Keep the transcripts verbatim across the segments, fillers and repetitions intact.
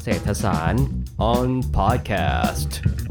เศรษฐศาสตร์ on podcast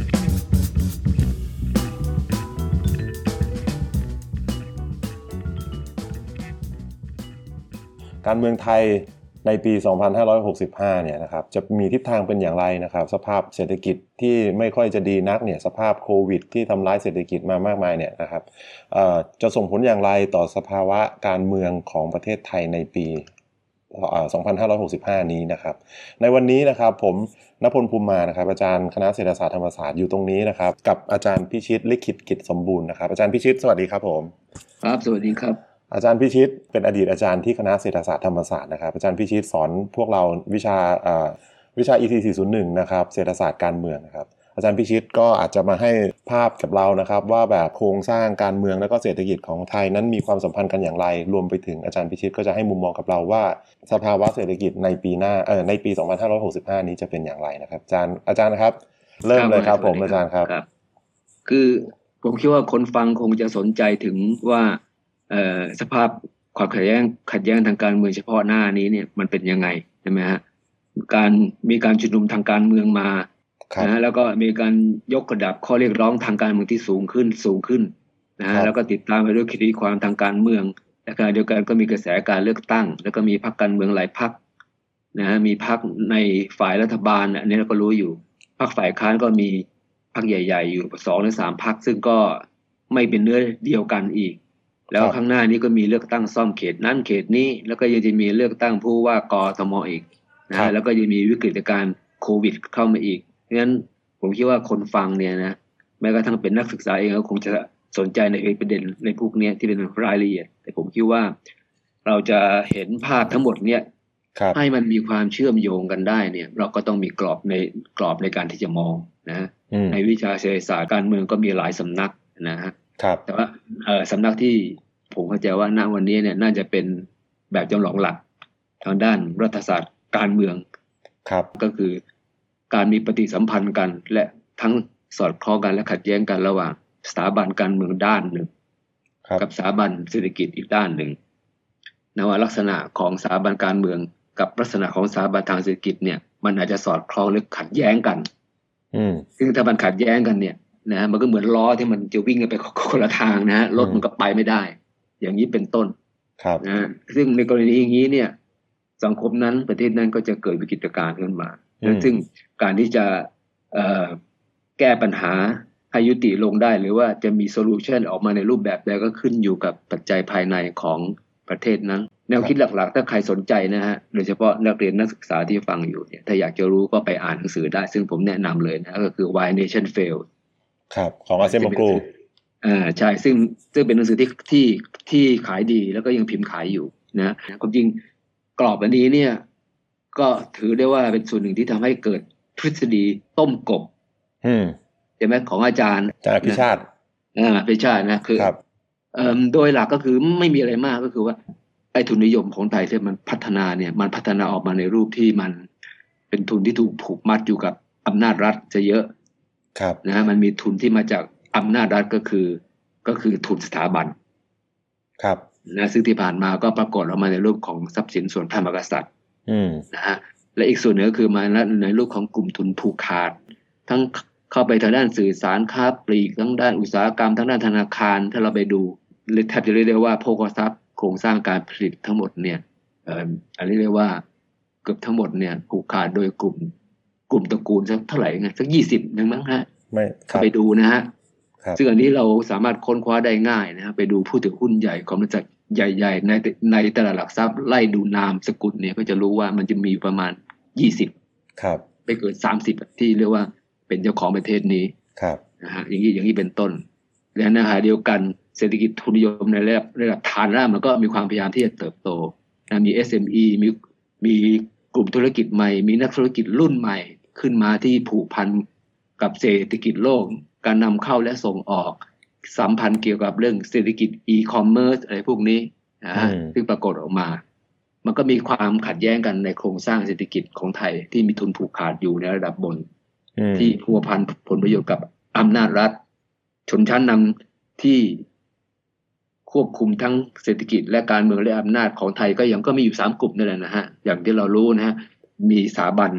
การเมืองไทยในปี สองพันห้าร้อยหกสิบห้า เนี่ยนะครับจะมีทิศทางเป็นอย่างไรนะครับสภาพเศรษฐกิจที่ไม่ค่อยจะดีนักเนี่ยสภาพโควิดที่ทำร้ายเศรษฐกิจมามากมายเนี่ยนะครับจะส่งผลอย่างไรต่อสภาวะการเมืองของประเทศไทยในปี สองพันห้าร้อยหกสิบห้า นี้นะครับในวันนี้นะครับผมณพลภูมิมานะครับอาจารย์คณะเศรษฐศาสตร์ธรรมศาสตร์อยู่ตรงนี้นะครับกับอาจารย์พิชิตลิขิตกิจสมบูรณ์นะครับอาจารย์พิชิตสวัสดีครับผมครับสวัสดีครับอาจารย์พิชิตเป็นอดีตอาจารย์ที่คณะเศรษฐศาสตร์ธรรมศาสตร์นะครับอาจารย์พิชิตสอนพวกเราวิชาวิชา อี ที สี่ศูนย์หนึ่ง นะครับเศรษฐศาสตร์การเมืองนะครับอาจารย์พิชิตก็อาจจะมาให้ภาพกับเรานะครับว่าแบบโครงสร้างการเมืองและก็เศรษฐกิจของไทยนั้นมีความสัมพันธ์กันอย่างไรรวมไปถึงอาจารย์พิชิตก็จะให้มุมมองกับเราว่าสภาวะเศรษฐกิจในปีหน้าเอ่อในปี สองพันห้าร้อยหกสิบห้า นี้จะเป็นอย่างไรนะครับอาจารย์อาจารย์นะครับเริ่มเลยครับผมอาจารย์ครับคือผมคิดว่าคนฟังคงจะสนใจถึงว่าเอ่อสภาพความขัดแย้งขัดแย้งทางการเมืองเฉพาะหน้านี้เนี่ยมันเป็นยังไงใช่ไหมฮะการมีการชุมนุมทางการเมืองมานะแล้วก็มีการยกระดับข้อเรียกร้องทางการเมืองที่สูงขึ้นสูงขึ้นนะฮะแล้วก็ติดตามไปด้วยคดีความทางการเมืองและขณะเดียวกันก็มีกระแสการเลือกตั้งแล้วก็มีพรรคการเมืองหลายพรรคนะฮะมีพรรคในฝ่ายรัฐบาลอันนี้เราก็รู้อยู่พรรคฝ่ายค้านก็มีพรรคใหญ่ๆอยู่สองหรือสามพรรคซึ่งก็ไม่เป็นเนื้อเดียวกันอีกแล้วข้างหน้านี้ก็มีเลือกตั้งซ่อมเขตนั้นเขตนี้แล้วก็ยังจะมีเลือกตั้งผู้ว่ากทมอีกนะแล้วก็ยังมีวิกฤตการณ์โควิดเข้ามาอีกเพราะฉะนั้นผมคิดว่าคนฟังเนี่ยนะแม้กระทั่งเป็นนักศึกษาเองก็คงจะสนใจในประเด็นในพวกนี้ที่เป็นรายละเอียดแต่ผมคิดว่าเราจะเห็นภาพทั้งหมดเนี่ยให้มันมีความเชื่อมโยงกันได้เนี่ยเราก็ต้องมีกรอบในกรอบในการที่จะมองนะในวิชาเศรษฐศาสตร์การเมืองก็มีหลายสำนักนะฮะแต่ว่าเอ่อสำนักที่ผมเข้าใจว่าณวันนี้เนี่ยน่าจะเป็นแบบจำลองหลักทางด้านรัฐศาสตร์การเมืองครับก็คือการมีปฏิสัมพันธ์กันและทั้งสอดคล้องกันและขัดแย้งกันระหว่างสถาบันการเมืองด้านหนึ่งกับสถาบันเศรษฐกิจอีกด้านหนึ่งนะว่าลักษณะของสถาบันการเมืองกับลักษณะของสถาบันทางเศรษฐกิจเนี่ยมันอาจจะสอดคล้องหรือขัดแย้งกันอืมซึ่งถ้ามันขัดแย้งกันเนี่ยนะมันก็เหมือนล้อที่มันจะวิ่งกันไปคนละทางนะฮะรถมันก็ไปไม่ได้อย่างนี้เป็นต้นครับนะซึ่งในกรณีอย่างนี้เนี่ยสังคมนั้นประเทศนั้นก็จะเกิดวิกฤตการณ์ขึ้นมาซึ่งการที่จะเอ่อแก้ปัญหาให้ยุติลงได้หรือว่าจะมีโซลูชันออกมาในรูปแบบใดก็ขึ้นอยู่กับปัจจัยภายในของประเทศนั้นแนวคิดหลักๆถ้าใครสนใจนะฮะโดยเฉพาะนักเรียนนักศึกษาที่ฟังอยู่เนี่ยถ้าอยากจะรู้ก็ไปอ่านหนังสือได้ซึ่งผมแนะนำเลยนะก็คือ Why Nation Fail ครับของอาเซมกูอ่าใช่ซึ่งซึ่งเป็นหนังสือที่ที่ที่ขายดีแล้วก็ยังพิมพ์ขายอยู่นะความจริงกรอบอันนี้เนี่ยก็ถือได้ว่าเป็นส่วนหนึ่งที่ทำให้เกิดทฤษฎีต้มกบใช่ไหมของอาจารย์อาจารย์พิชาติอ่าพิชาตินะคือเอ่อโดยหลักก็คือไม่มีอะไรมากก็คือว่าไอ้ทุนนิยมของไทยที่มันพัฒนาเนี่ยมันพัฒนาออกมาในรูปที่มันเป็นทุนที่ถูกผูกมัดอยู่กับอำนาจรัฐจะเยอะครับนะฮะมันมีทุนที่มาจากอำนาจรัฐก็คือก็คือทุนสถาบันครับนะซึ่งที่ผ่านมาก็ปรากฏออกมาในรูปของทรัพย์สินส่วนพระมหากษัตริย์นะฮะและอีกส่วนหนึ่งก็คือมาในรูปของกลุ่มทุนผูกขาดทั้งเข้าไปทางด้านสื่อสารค้าปลีกทั้งด้านอุตสาหกรรมทั้งด้านธนาคารถ้าเราไปดูแทบจะเรียกได้ว่าโภคทรัพย์โครงสร้างการผลิตทั้งหมดเนี่ยเอ่ออันนี้เรียกว่าเกือบทั้งหมดเนี่ยผูกขาดโดยกลุ่มกลุ่มตระกูลสักเท่าไหร่ไงสักยี่สิบนึงมั้งฮะไม่เข้าไปดูนะฮะซึ่งอันนี้เราสามารถค้นคว้าได้ง่ายนะฮะไปดูผู้ถือหุ้นใหญ่ของบริษัทใหญ่ๆในในตลาดหลักทรัพย์ไล่ดูนามสกุลเนี่ยก็จะรู้ว่ามันจะมีประมาณยี่สิบครับไปเกินสามสิบที่เรียกว่าเป็นเจ้าของประเทศนี้ครับนะฮะอย่างนี้อย่างนี้เป็นต้นและในขณะเดียวกันเศรษฐกิจทุนนิยมในระดับระดับฐานรากมันก็มีความพยายามที่จะเติบโตนะมี เอส เอ็ม อี มีมีกลุ่มธุรกิจใหม่มีนักธุรกิจรุ่นใหม่ขึ้นมาที่ผูกพันกับเศรษฐกิจโลกการนำเข้าและส่งออกสัมพันธ์เกี่ยวกับเรื่องเศรษฐกิจอีคอมเมิร์ซอะไรพวกนี้นะฮะซึ่งปรากฏออกมามันก็มีความขัดแย้งกันในโครงสร้างเศรษฐกิจของไทยที่มีทุนผูกขาดอยู่ในระดับบนที่พัวพันผลประโยชน์กับอำนาจรัฐชนชั้นนำที่ควบคุมทั้งเศรษฐกิจและการเมืองและอำนาจของไทยก็ยังก็มีอยู่สามกลุ่มนั่นแหละนะฮะอย่างที่เรารู้นะฮะมีสถาบัน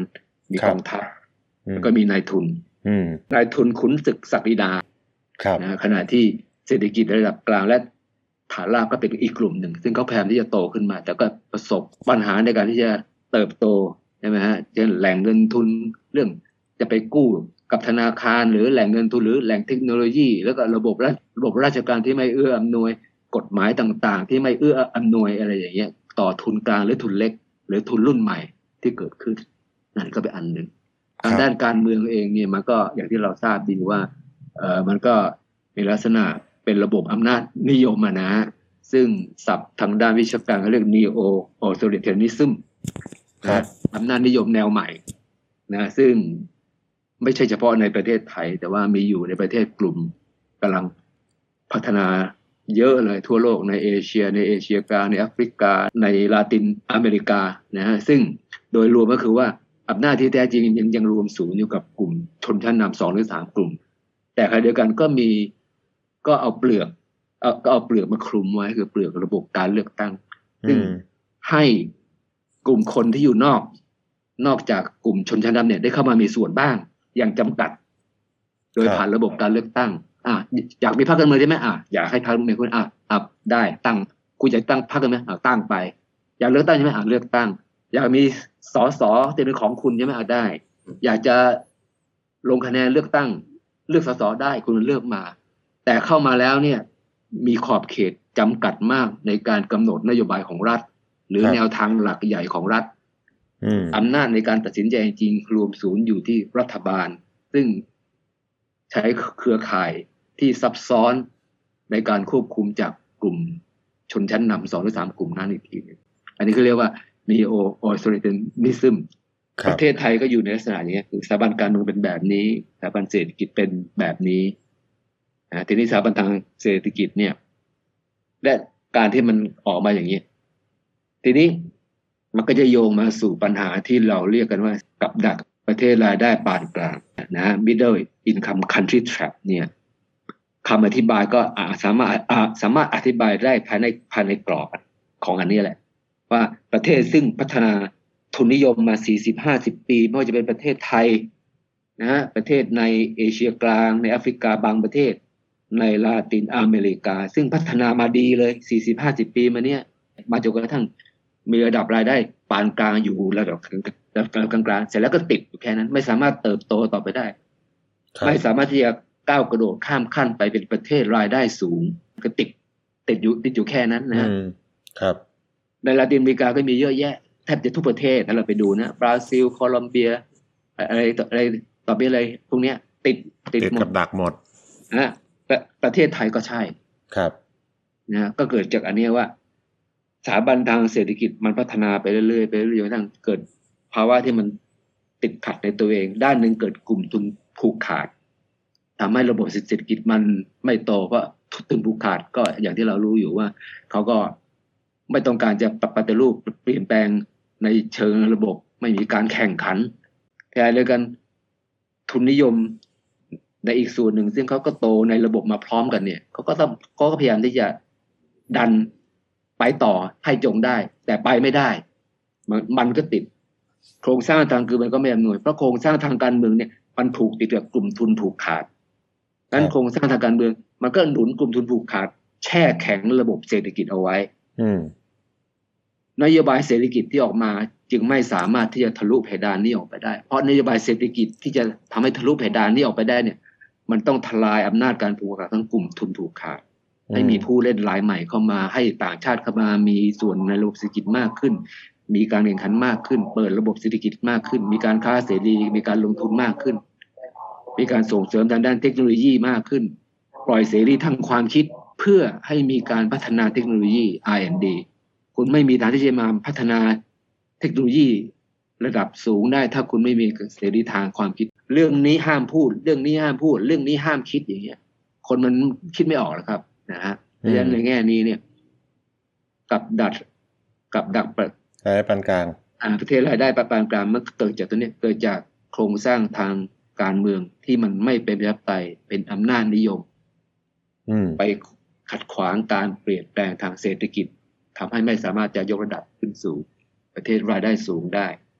มีกองทัพแล้วก็มีนายทุนนายทุนขุนศึกศักดินานะขณะที่เศรษฐกิจระดับกลางและฐานรากก็เป็นอีกกลุ่มหนึ่งซึ่งเขาพยายามที่จะโตขึ้นมาแต่ก็ประสบปัญหาในการที่จะเติบโตใช่ไหมฮะเช่นแหล่งเงินทุนเรื่องจะไปกู้กับธนาคารหรือแหล่งเงินทุนหรือแหล่งเทคโนโลยีแล้วก็ระบบระบบราชการที่ไม่เอื้ออำนวยกฎหมายต่างๆที่ไม่เอื้ออำนวยอะไรอย่างเงี้ยต่อทุนกลางหรือทุนเล็กหรือทุนรุ่นใหม่ที่เกิดขึ้นนั่นก็เป็นอันหนึ่งทางด้านการเมืองเองเนี่ยมันก็อย่างที่เราทราบดีว่าเอ่อมันก็มีลักษณะเป็นระบบอำนาจนิยมนะซึ่งศัพท์ทางด้านวิชาการเขาเรียก neo authoritarianism นะอำนาจนิยมแนวใหม่นะซึ่งไม่ใช่เฉพาะในประเทศไทยแต่ว่ามีอยู่ในประเทศกลุ่มกำลังพัฒนาเยอะเลยทั่วโลกในเอเชียในเอเชียกลางในแอฟริกาในลาตินอเมริกานะฮะซึ่งโดยรวมก็คือว่าอำนาจที่แท้จริงยังยังรวมศูนย์อยู่กับกลุ่มชนชั้นนำสองหรือสามกลุ่มแต่ขณะเดียวกันก็มีก็เอาเปลือกเอาก็เอาเปลือกมาคลุมไว้คือเปลือกระบบการเลือกตั้งซึ่งให้กลุ่มคนที่อยู่นอกนอกจากกลุ่มชนชั้นนำเนี่ยได้เข้ามามีส่วนบ้างอย่างจำกัดโดยผ่านระบบการเลือกตั้งอ่ะอยากมีพรรคการเมืองได้ไหมอ่ะอยากให้พรรคการเมืองคุณอ่ะอ่ะได้ตั้งคุณอยากตั้งพรรคการเมืองอ่ะตั้งไปอยากเลือกตั้งใช่ไหมอ่ะเลือกตั้งอยากมีสสเป็นของคุณใช่ไหมอ่ะได้อยากจะลงคะแนนเลือกตั้งเลือกสสได้คุณเลือกมาแต่เข้ามาแล้วเนี่ยมีขอบเขตจำกัดมากในการกำหนดนโยบายของรัฐหรือแนวทางหลักใหญ่ของรัฐอำนาจในการตัดสินใจจริงรวมศูนย์อยู่ที่รัฐบาลซึ่งใช้เครือข่ายที่ซับซ้อนในการควบคุมจากกลุ่มชนชั้นนำสองหรือสามกลุ่มนั้นอีกทีนึงอันนี้เขาเรียกว่า neo authoritarianism ประเทศไทยก็อยู่ในลักษณะนี้คือสถาบันการเมืองเป็นแบบนี้สถาบันเศรษฐกิจเป็นแบบนี้ทีนี้สถาบันทางเศรษฐกิจเนี่ยและการที่มันออกมาอย่างนี้ทีนี้มันก็จะโยงมาสู่ปัญหาที่เราเรียกกันว่ากับดักประเทศรายได้ปานกลางนะ middle income country trap เนี่ยคำอธิบายก็สามารถสามารถอธิบายได้ภายในภายในกรอบของอันนี้แหละว่าประเทศซึ่งพัฒนาทุนนิยมมา สี่สิบถึงห้าสิบ ปีไม่ว่าจะเป็นประเทศไทยนะฮะประเทศในเอเชียกลางในแอฟริกาบางประเทศในลาตินอเมริกาซึ่งพัฒนามาดีเลย สี่สิบถึงห้าสิบ ปีมาเนี้ยมาจนกระทั่งมีระดับรายได้ปานกลางอยู่ระดับกลางๆเสร็จแล้วก็ติดอยู่แค่นั้นไม่สามารถเติบโตต่อไปได้ไม่สามารถที่จะก้าวกระโดดข้ามขั้นไปเป็นประเทศรายได้สูงก็ติดติดอยู่ติดอยู่แค่นั้นนะฮะครับในลาตินอเมริกาก็มีเยอะแยะแทบจะทุกประเทศถ้าเราไปดูนะบราซิลโคลอมเบียอะไรอะไรต่อไปอะไรพวกเนี้ยติดติดกับดักหมดนะประเทศไทยก็ใช่ครับนะก็เกิดจากอันนี้ว่าสถาบันทางเศรษฐกิจมันพัฒนาไปเรื่อยๆไปเรื่อยๆจนกระทั่งเกิดภาวะที่มันติดขัดในตัวเองด้านหนึ่งเกิดกลุ่มทุนผูกขาดทำให้ระบบเศรษฐกิจมันไม่โตเพราะทุนผูกขาดก็อย่างที่เรารู้อยู่ว่าเขาก็ไม่ต้องการจะปรับปฏิรูปเปลี่ยนแปลงในเชิงระบบไม่มีการแข่งขันแทนเลยกันทุนนิยมในอีกส่วนหนึ่งซึ่งเขาก็โตในระบบมาพร้อมกันเนี่ยเขาก็ต้องเขาก็พยายามที่จะดันไปต่อให้จงได้แต่ไปไม่ได้มันมันก็ติดโครงสร้างทางคือมันก็ไม่อำนวยเพราะโครงสร้างทางการเมืองเนี่ยมันถูกติดกับกลุ่มทุนผูกขาดนั้นโครงสร้างทางการเมืองมันก็หนุนกลุ่มทุนผูกขาดแช่แข็งระบบเศรษฐกิจเอาไว้นโยบายเศรษฐกิจที่ออกมาจึงไม่สามารถที่จะทะลุเพดานนี้ออกไปได้เพราะนโยบายเศรษฐกิจที่จะทำให้ทะลุเพดานนี้ออกไปได้เนี่ยมันต้องทลายอำนาจการผูกขาดทั้งกลุ่มทุนผูกขาดให้มีผู้เล่นรายใหม่เข้ามาให้ต่างชาติเข้ามามีส่วนในระบบเศรษฐกิจมากขึ้นมีการแข่งขันมากขึ้นเปิดระบบเศรษฐกิจมากขึ้นมีการค้าเสรีมีการลงทุนมากขึ้นมีการส่งเสริมทางด้านเทคโนโลยีมากขึ้นปล่อยเสรีทางความคิดเพื่อให้มีการพัฒนาเทคโนโลยี อาร์ แอนด์ ดี คุณไม่มีทางที่จะมาพัฒนาเทคโนโลยีระดับสูงได้ถ้าคุณไม่มีเสรีทางความคิดเรื่องนี้ห้ามพูดเรื่องนี้ห้ามพูดเรื่องนี้ห้ามคิดอย่างเงี้ยคนมันคิดไม่ออกหรอกครับนะฮะเพราะฉะนั้นในแง่นี้เนี่ยกับดักกับดักรายได้ปานกลางประเทศรายได้ปานกลางมันเกิดจากตัวนี้เกิดจากโครงสร้างทางการเมืองที่มันไม่เป็นประชาธิปไตยเป็นอำนาจนิยมไปขัดขวางการเปลี่ยนแปลงทางเศรษฐกิจทำให้ไม่สามารถจะยกระดับขึ้นสู่ประเทศรายได้สูงได้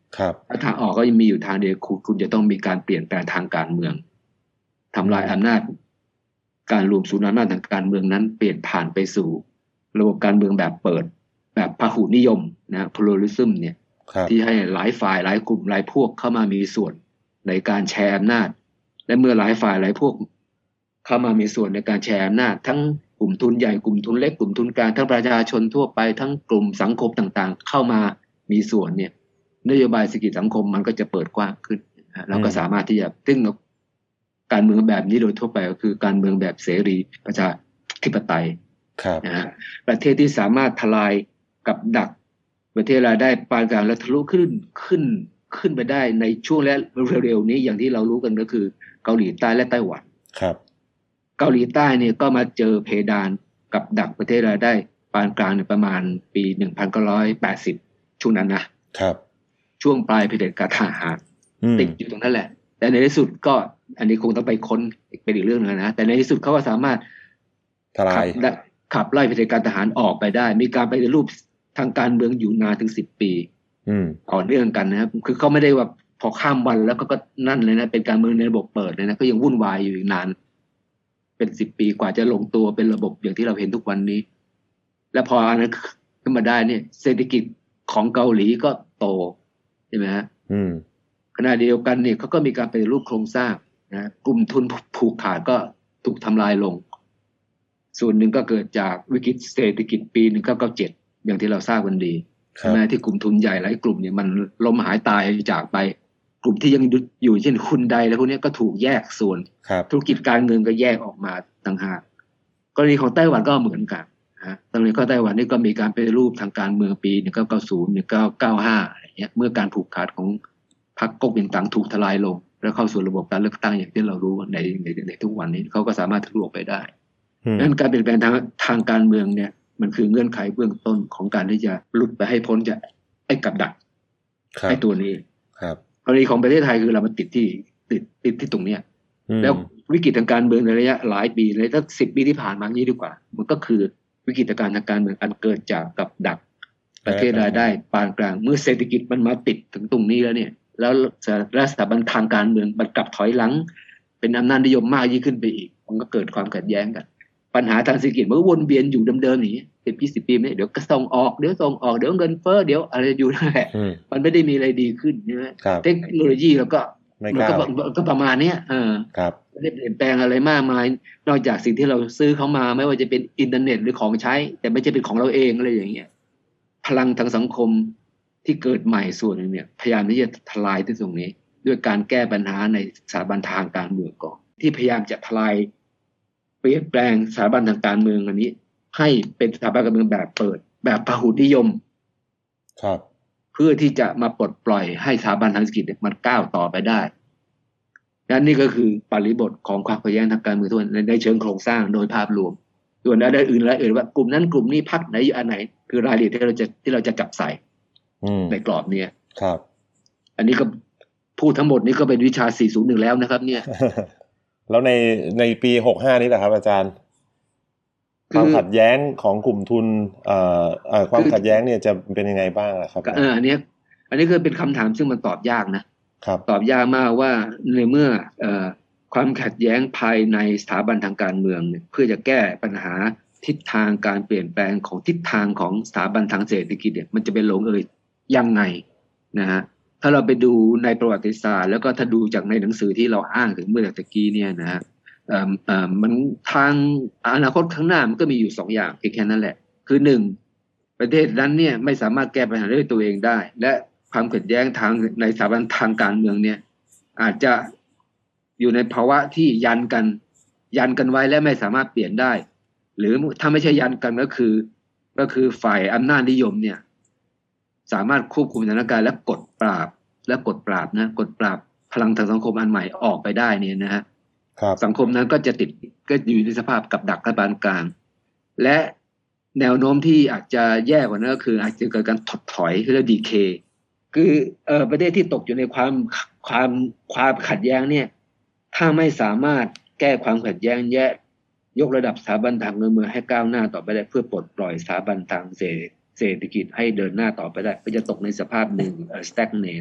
ครับทางออกก็ยังมีอยู่ทางเดียวคุณคุณจะต้องมีการเปลี่ยนแปลงทางการเมืองทำลายอำนาจการรวมศูนย์อำนาจทางการเมืองนั้นเปลี่ยนผ่านไปสู่ระบบการเมืองแบบเปิดแบบพหุนิยมนะ pluralism เนี่ยที่ให้หลายฝ่ายหลายกลุ่มหลายพวกเข้ามามีส่วนในการแชร์อำนาจและเมื่อหลายฝ่ายหลายพวกเข้ามามีส่วนในการแชร์อำนาจทั้งกลุ่มทุนใหญ่กลุ่มทุนเล็กกลุ่มทุนกลางทั้งประชาชนทั่วไปทั้งกลุ่มสังคมต่างๆเข้ามามีส่วนเนี่ยนโยบายเศรษฐกิจสังคมมันก็จะเปิดกว้างขึ้นเราก็สามารถที่จะซึ่งการเมืองแบบนี้โดยทั่วไปก็คือการเมืองแบบเสรีประชาธิปไตยนะฮะประเทศที่สามารถทลายกับดักประเทศรายได้ปานกลางและทะลุขึ้นขึ้นขึ้นไปได้ในช่วงและเร็วๆนี้อย่างที่เรารู้กันก็คือเกาหลีใต้และไต้หวันครับเกาหลีใต้เนี่ยก็มาเจอเพดานกับดักประเทศรายได้ปานกลางในประมาณปีหนึ่งพันเก้าร้อยแปดสิบช่วงนั้นนะครับช่วงปลายเผด็จการทหารติดอยู่ตรงนั้นแหละแต่ในที่สุดก็อันนี้คงต้องไปค้นเป็นอีกเรื่องนึงนะแต่ในที่สุดเขาก็สามารถทลายขับไล่เผด็จการทหารออกไปได้มีการปฏิรูปทางการเมืองอยู่นานถึงสิบปีต่อเนื่องกันนะครับคือเขาไม่ได้ว่าพอข้ามวันแล้วก็ก็นั่นเลยนะเป็นการเมืองในระบบเปิดเลยนะก็ยังวุ่นวายอยู่อีกนานเป็นสิบปีกว่าจะลงตัวเป็นระบบอย่างที่เราเห็นทุกวันนี้และพออันนั้นขึ้นมาได้เนี่ยเศรษฐกิจของเกาหลีก็โตใช่ไหมฮะขณะเดียวกันเนี่ยเขาก็มีการปฏิรูปโครงสร้างนะกลุ่มทุนผูกขาดก็ถูกทำลายลงส่วนหนึ่งก็เกิดจากวิกฤตเศรษฐกิจปีหนึ่งพันเก้าร้อยเก้าสิบเจ็ดอย่างที่เราทราบกันดีใช่ไหมที่กลุ่มทุนใหญ่หลายกลุ่มเนี่ยมันล้มหายตายจากไปกลุ่มที่ยังอยู่เช่นคุณใดแล้วพวกนี้ก็ถูกแยกส่วนธุรกิจการเงินก็แยกออกมาต่างหากกรณีของไต้หวันก็เหมือนกันนะตอนนี้ก็ไต้หวันนี่ก็มีการปฏิรูปทางการเมืองปีหนึ่งพันเก้าร้อยเก้าสิบ หนึ่งพันเก้าร้อยเก้าสิบห้าอะไรเงี้ยเมื่อการผูกขาดของพรรคก๊กมินตั๋งถูกทลายลงแล้วเข้าสู่ระบบการเลือกตั้งอย่างที่เรารู้ในในในทุกวันนี้เขาก็สามารถทะลุออกไปได้ดังนั้นการเปลี่ยนแปลงทางทางการเมืองเนี่ยมันคือเงื่อนไขเบื้องต้นของการที่จะหลุดไปให้พ้นจากไอ้กับดักไอ้ตัวนี้ครับกรณีของประเทศไทยคือเรามาติดที่ติดติดที่ตรงเนี้ยแล้ววิกฤตทางการเมืองในระยะหลายปีเลยตั้งสิบปีที่ผ่านมานี้ดีกว่ามันก็คือวิกฤตการณ์ทางการเมืองอันเกิดจากกับดักประเทศรายได้ปานกลางเมื่อเศรษฐกิจมันมาติดถึงตรงนี้แล้วเนี่ยแล้วสถาบันทางการเมืองมันกลับถอยหลังเป็นอำนาจนิยมมากยิ่งขึ้นไปอีกมันก็เกิดความขัดแย้งกันปัญหาทางเศรษฐกิจมันก็วนเวียนอยู่เดิมๆอย่างนี้สิบปีสิบปีนี่เดี๋ยวก็ส่งออกเดี๋ยวส่งออกเดี๋ยวเงินเฟ้อเดี๋ยวอะไรอยู่นั่นแหละมันไม่ได้มีอะไรดีขึ้นใช่ไหมเทคโนโลยีแล้วก็มันก็ก็ประมาณนี้เออไม่ได้เปลี่ยนแปลงอะไรมากมายนอกจากสิ่งที่เราซื้อเขามาไม่ว่าจะเป็นอินเทอร์เน็ตหรือของใช้แต่ไม่ใช่เป็นของเราเองอะไรอย่างเงี้ยพลังทางสังคมที่เกิดใหม่ส่วนนึงเนี่ยพยายามที่จะทลายที่ตรงนี้ด้วยการแก้ปัญหาในสถาบันทางการเมืองก่อนที่พยายามจะทลายเปลี่ยนแปลงสถาบันทางการเมืองอันนี้ให้เป็นสถาบันการเมืองแบบเปิดแบบพหุนิยมครับเพื่อที่จะมาปลดปล่อยให้สถาบันทางเศรษฐกิจมันก้าวต่อไปได้นั่นนี่ก็คือปริบทของความขัดแย้งทางการเมืองทุกวันในเชิงโครงสร้างโดยภาพรวมส่วนด้านอื่นและอื่นว่ากลุ่มนั้นกลุ่มนี้พรรคไหนอันไหนคือรายละเอียดที่เราจะที่เราจะจับใส่ในกรอบนี้ครับอันนี้ก็พูดทั้งหมดนี้ก็เป็นวิชาสี่ศูนย์หนึ่งแล้วนะครับเนี่ยแล้วในในปีหกสิบห้านี้แหละครับอาจารย์ความขัดแย้งของกลุ่มทุนเอ่อเอ่อความขัดแย้งเนี่ยจะเป็นยังไงบ้างล่ะครับเอออันนี้อันนี้คือเป็นคำถามซึ่งมันตอบยากนะครับตอบยากมากว่าในเมื่อเอ่อความขัดแย้งภายในสถาบันทางการเมืองเนี่ยเพื่อจะแก้ปัญหาทิศทางการเปลี่ยนแปลงของทิศทางของสถาบันทางเศรษฐกิจเนี่ยมันจะเป็นลงเอยยังไงนะฮะถ้าเราไปดูในประวัติศาสตร์แล้วก็ถ้าดูจากในหนังสือที่เราอ้างถึงเมื่อตะกี้เนี่ยนะฮะเอ่อเอ่อมันทางอนาคตข้างหน้ามันก็มีอยู่สองอย่างแค่นั้นแหละคือหนึ่งประเทศนั้นเนี่ยไม่สามารถแก้ปัญหาด้วยตัวเองได้และความขัดแย้งทางในสถาบันทางการเมืองเนี่ยอาจจะอยู่ในภาวะที่ยันกันยันกันไว้และไม่สามารถเปลี่ยนได้หรือถ้าไม่ใช่ยันกันก็คือก็คือฝ่ายอำนาจนิยมเนี่ยสามารถควบคุมสถานการณ์และกดปราบและกดปราบนะกดปราบพลังทางสังคมอันใหม่ออกไปได้เนี่ยนะฮะสังคมนั้นก็จะติดก็อยู่ในสภาพกับดักรัฐบาลกลางและแนวโน้มที่อาจจะแย่กว่านั้นก็คืออาจจะเกิดการถดถอยคือเรียกดีเคคือเอ่อประเทศที่ตกอยู่ในความความความขัดแย้งเนี่ยถ้าไม่สามารถแก้ความขัดแย้งแยกยกระดับสถาบันทางการเมืองให้ก้าวหน้าต่อไปได้เพื่อปลดปล่อยสถาบันทางเศรษฐกิจให้เดินหน้าต่อไปได้ก็จะตกในสภาพหนึ่งเอ่อ stagnate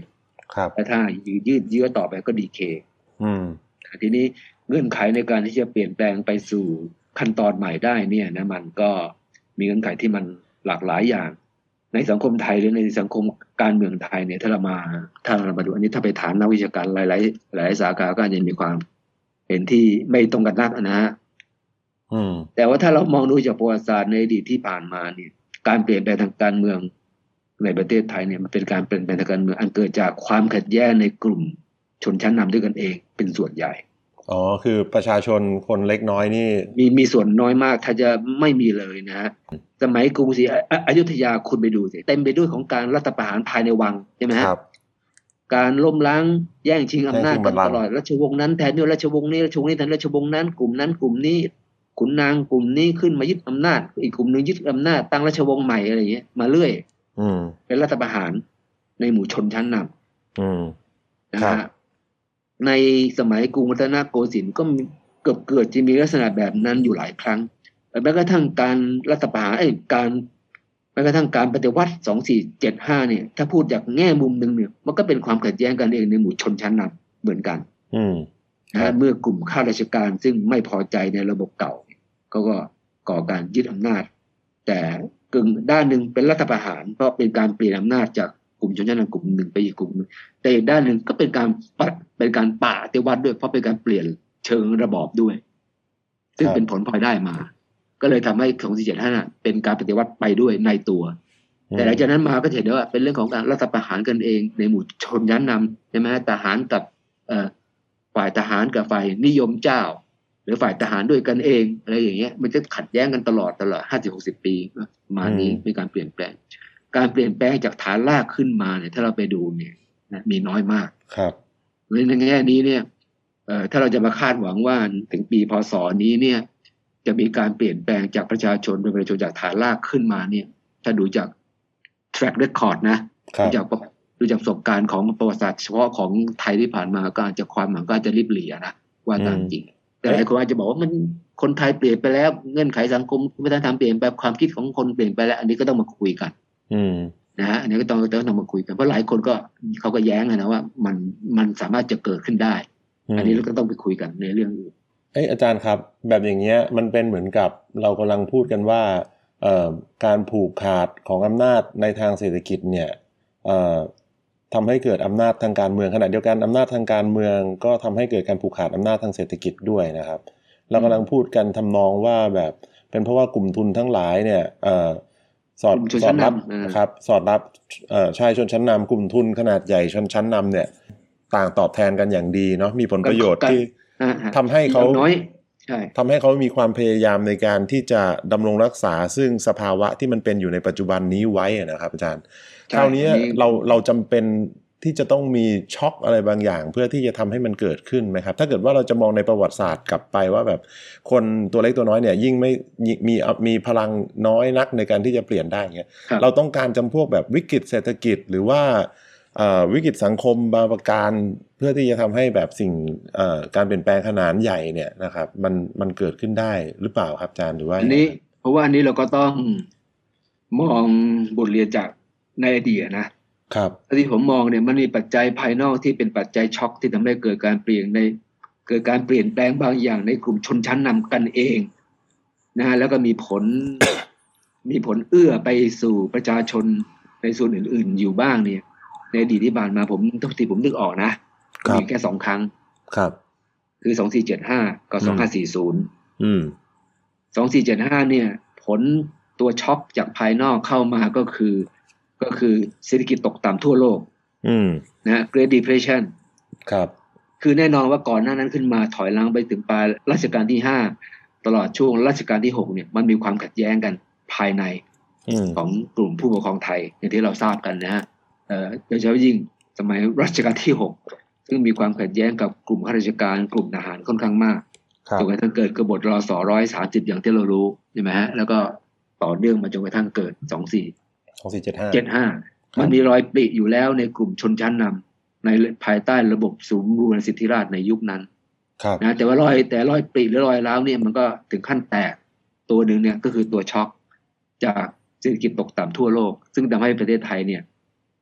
ครับแต่ถ้ายืดเยื้อต่อไปก็ดีเคอืมทีนี้เงื่อนไขในการที่จะเปลี่ยนแปลงไปสู่ขั้นตอนใหม่ได้เนี่ยนะมันก็มีเงื่อนไขที่มันหลากหลายอย่างในสังคมไทยหรือในสังคมการเมืองไทยเนี่ยถ้าเรามาถ้าเรามาดูอันนี้ถ้าไปถามนักวิชาการหลายๆหลายสาขาก็อาจจะมีความเห็นที่ไม่ตรงกันนักนะฮะแต่ว่าถ้าเรามองดูจากประวัติศาสตร์ในอดีตที่ผ่านมาเนี่ยการเปลี่ยนแปลงทางการเมืองในประเทศไทยเนี่ยมันเป็นการเปลี่ยนแปลงทางการเมืองอันเกิดจากความขัดแย้งในกลุ่มชนชั้นนำด้วยกันเองเป็นส่วนใหญ่อ๋อคือประชาชนคนเล็กน้อยนี่มีมีส่วนน้อยมากถ้าจะไม่มีเลยนะฮะสมัยกรุงศรีอยุธยาคุณไปดูสิเต็มไปด้วยของการรัฐประหารภายในวังใช่ไหมฮะการล้มล้างแย่งชิงอำนาจกันตลอดราชวงศ์นั้นแทนด้วยราชวงศ์นี้ราชวงศ์นี้แทนราชวงศ์นั้นกลุ่มนั้นกลุ่มนี้ขุนนางกลุ่มนี้ขึ้นมายึดอำนาจอีกกลุ่มนึงยึดอำนาจตั้งราชวงศ์ใหม่อะไรอย่างเงี้ยมาเรื่อยเป็นรัฐประหารในหมู่ชนชั้นนำนะฮะในสมัยกรุงรัตนโกสินทร์ก็เกือบเกิดจะมีลักษณะแบบนั้นอยู่หลายครั้งแม้กระทั่งการรัฐประหารไอ้การแม้กระทั่งการปฏิวัติสองสี่เจ็ดห้าเนี่ยถ้าพูดจากแง่มุมนึงเนี่ยมันก็เป็นความขัดแย้งกันเองในหมู่ชนชั้นนำเหมือนกันนะเมื่อกลุ่มข้าราชการซึ่งไม่พอใจในระบบเก่าเขาก็ก่อการยึดอำนาจแต่กึ่งด้านหนึ่งเป็นรัฐประหารเพราะเป็นการเปลี่ยนอำนาจจากกลุ่มชนชั้นนำกลุ่มหนึ่งไปอีกกลุ่มนึงแต่อีกด้านหนึ่งก็เป็นการเป็นการปฏิวัติด้วยเพราะเป็นการเปลี่ยนเชิงระบอบด้วยซึ่งเป็นผลพลอยได้มาก็เลยทำให้สองสี่เจ็ดห้าเป็นการปฏิวัติไปด้วยในตัวแต่หลังจากนั้นมาก็เห็นได้ว่าเป็นเรื่องของการรัฐประหารกันเองในหมู่ชนชั้นนำใช่ไหมทหารกับฝ่ายทหารกับฝ่ายนิยมเจ้าหรือฝ่ายทหารด้วยกันเองอะไรอย่างเงี้ยมันจะขัดแย้งกันตลอดตลอดห้าสิบหกสิบปีมานี้มีการเปลี่ยนแปลงการเปลี่ยนแปลงจากฐานรากขึ้นมาเนี่ยถ้าเราไปดูเนี่ยนะมีน้อยมากครับในแง่นี้เนี่ยเอ่อถ้าเราจะมาคาดหวังว่าถึงปีพศนี้เนี่ยจะมีการเปลี่ยนแปลงจากประชาชนโดยประชาชนจากฐานรากขึ้นมาเนี่ยถ้าดูจาก track record นะดูจากดูจากประสบการณ์ของประวัติศาสตร์เฉพาะของไทยที่ผ่านมาก็อาจจะความหมายก็จะริบหรี่นะว่าตามจริงแต่หลายคนอาจจะบอกว่ามันคนไทยเปลี่ยนไปแล้วเงื่อนไขสังคมวัฒนธรรมเปลี่ยนไปความคิดของคนเปลี่ยนไปแล้วอันนี้ก็ต้องมาคุยกันนะฮะอันนี้ก็ต้องต้องมาคุยกันเพราะหลายคนก็เขาก็แย้งนะว่ามันมันสามารถจะเกิดขึ้นได้อันนี้เราก็ต้องไปคุยกันในเรื่องอื่นเอ้ยอาจารย์ครับแบบอย่างเงี้ยมันเป็นเหมือนกับเรากำลังพูดกันว่าเอ่อการผูกขาดของอำนาจในทางเศรษฐกิจเนี่ยเอ่อทำให้เกิดอำนาจทางการเมืองขณะเดียวกันอำนาจทางการเมืองก็ทำให้เกิดการผูกขาดอำนาจทางเศรษฐกิจด้วยนะครับเรากำลังพูดกันทำนองว่าแบบเป็นเพราะว่ากลุ่มทุนทั้งหลายเนี่ยเอ่อสอดสอดรับนะครับสอดรับเอ่อชายชนชั้นนำกลุ่มทุนขนาดใหญ่ชนชั้นนำเนี่ยต่างตอบแทนกันอย่างดีเนาะมีผลประโยชน์ที่ทำให้เขาทำให้เขามีความพยายามในการที่จะดำรงรักษาซึ่งสภาวะที่มันเป็นอยู่ในปัจจุบันนี้ไว้นะครับอาจารย์คราวนี้เราเราจำเป็นที่จะต้องมีช็อคอะไรบางอย่างเพื่อที่จะทำให้มันเกิดขึ้นไหมครับถ้าเกิดว่าเราจะมองในประวัติศาสตร์กลับไปว่าแบบคนตัวเล็กตัวน้อยเนี่ยยิ่งไม่มีมีพลังน้อยนักในการที่จะเปลี่ยนได้เงี้ยเราต้องการจำพวกแบบวิกฤตเศรษฐกิจหรือว่าวิกฤตสังคมบางประการเพื่อที่จะทำให้แบบสิ่งการเปลี่ยนแปลงขนาดใหญ่เนี่ยนะครับมันมันเกิดขึ้นได้หรือเปล่าครับอาจารย์หรือว่าอันนี้เพราะว่าอันนี้เราก็ต้องมองบทเรียนจากในอดีตนะครับที่ผมมองเนี่ยมันมีปัจจัยภายนอกที่เป็นปัจจัยช็อคที่ทำให้เกิดการเปลี่ยนในเกิดการเปลี่ยนแปลงบางอย่างในกลุ่มชนชั้นนำกันเองนะฮะแล้วก็มีผล มีผลเอื้อไปสู่ประชาชนในส่วนอื่นๆอยู่บ้างเนี่ยในอดีตที่ผ่านมาผมทุกทีผมนึกออกนะมีแค่สองครั้งครับคือสองสี่เจ็ดห้ากับสองห้าสี่ศูนย์อืมสองสี่เจ็ดห้าเนี่ยผลตัวช็อคจากภายนอกเข้ามาก็คือก็คือเศรษฐกิจตกต่ำทั่วโลกอืมนะ Great Depression ครับคือแน่นอนว่าก่อนหน้านั้นขึ้นมาถอยหลังไปถึงปลายรัชกาลที่ห้าตลอดช่วงรัชกาลที่หกเนี่ยมันมีความขัดแย้งกันภายในของกลุ่มผู้ปกครองไทยอย่างที่เราทราบกันนะฮะเอ่อโดยเฉพาะยิ่งสมัยรัชกาลที่หกซึ่งมีความขัดแย้งกับกลุ่มข้าราชการกลุ่มทหารค่อนข้างมากจนกระทั่งเกิดกบฏรสหนึ่งร้อยสามสิบอย่างที่เรารู้ใช่ไหมฮะแล้วก็ต่อเนื่องมาจนกระทั่งเกิดสองสี่สองสี่เจ็ดห้าเจ็ดห้ามันมีรอยปริอยู่แล้วในกลุ่มชนชั้นนำในภายใต้ระบบศูนย์บูรณสิทธิราชย์ในยุคนั้นนะแต่ว่ารอยแต่รอยปริหรือรอยร้าวเนี่ยมันก็ถึงขั้นแตกตัวหนึ่งเนี่ยก็คือตัวช็อคจากเศรษฐกิจตกต่ำทั่วโลกซึ่งทำให้ประเทศไทยเนี่ย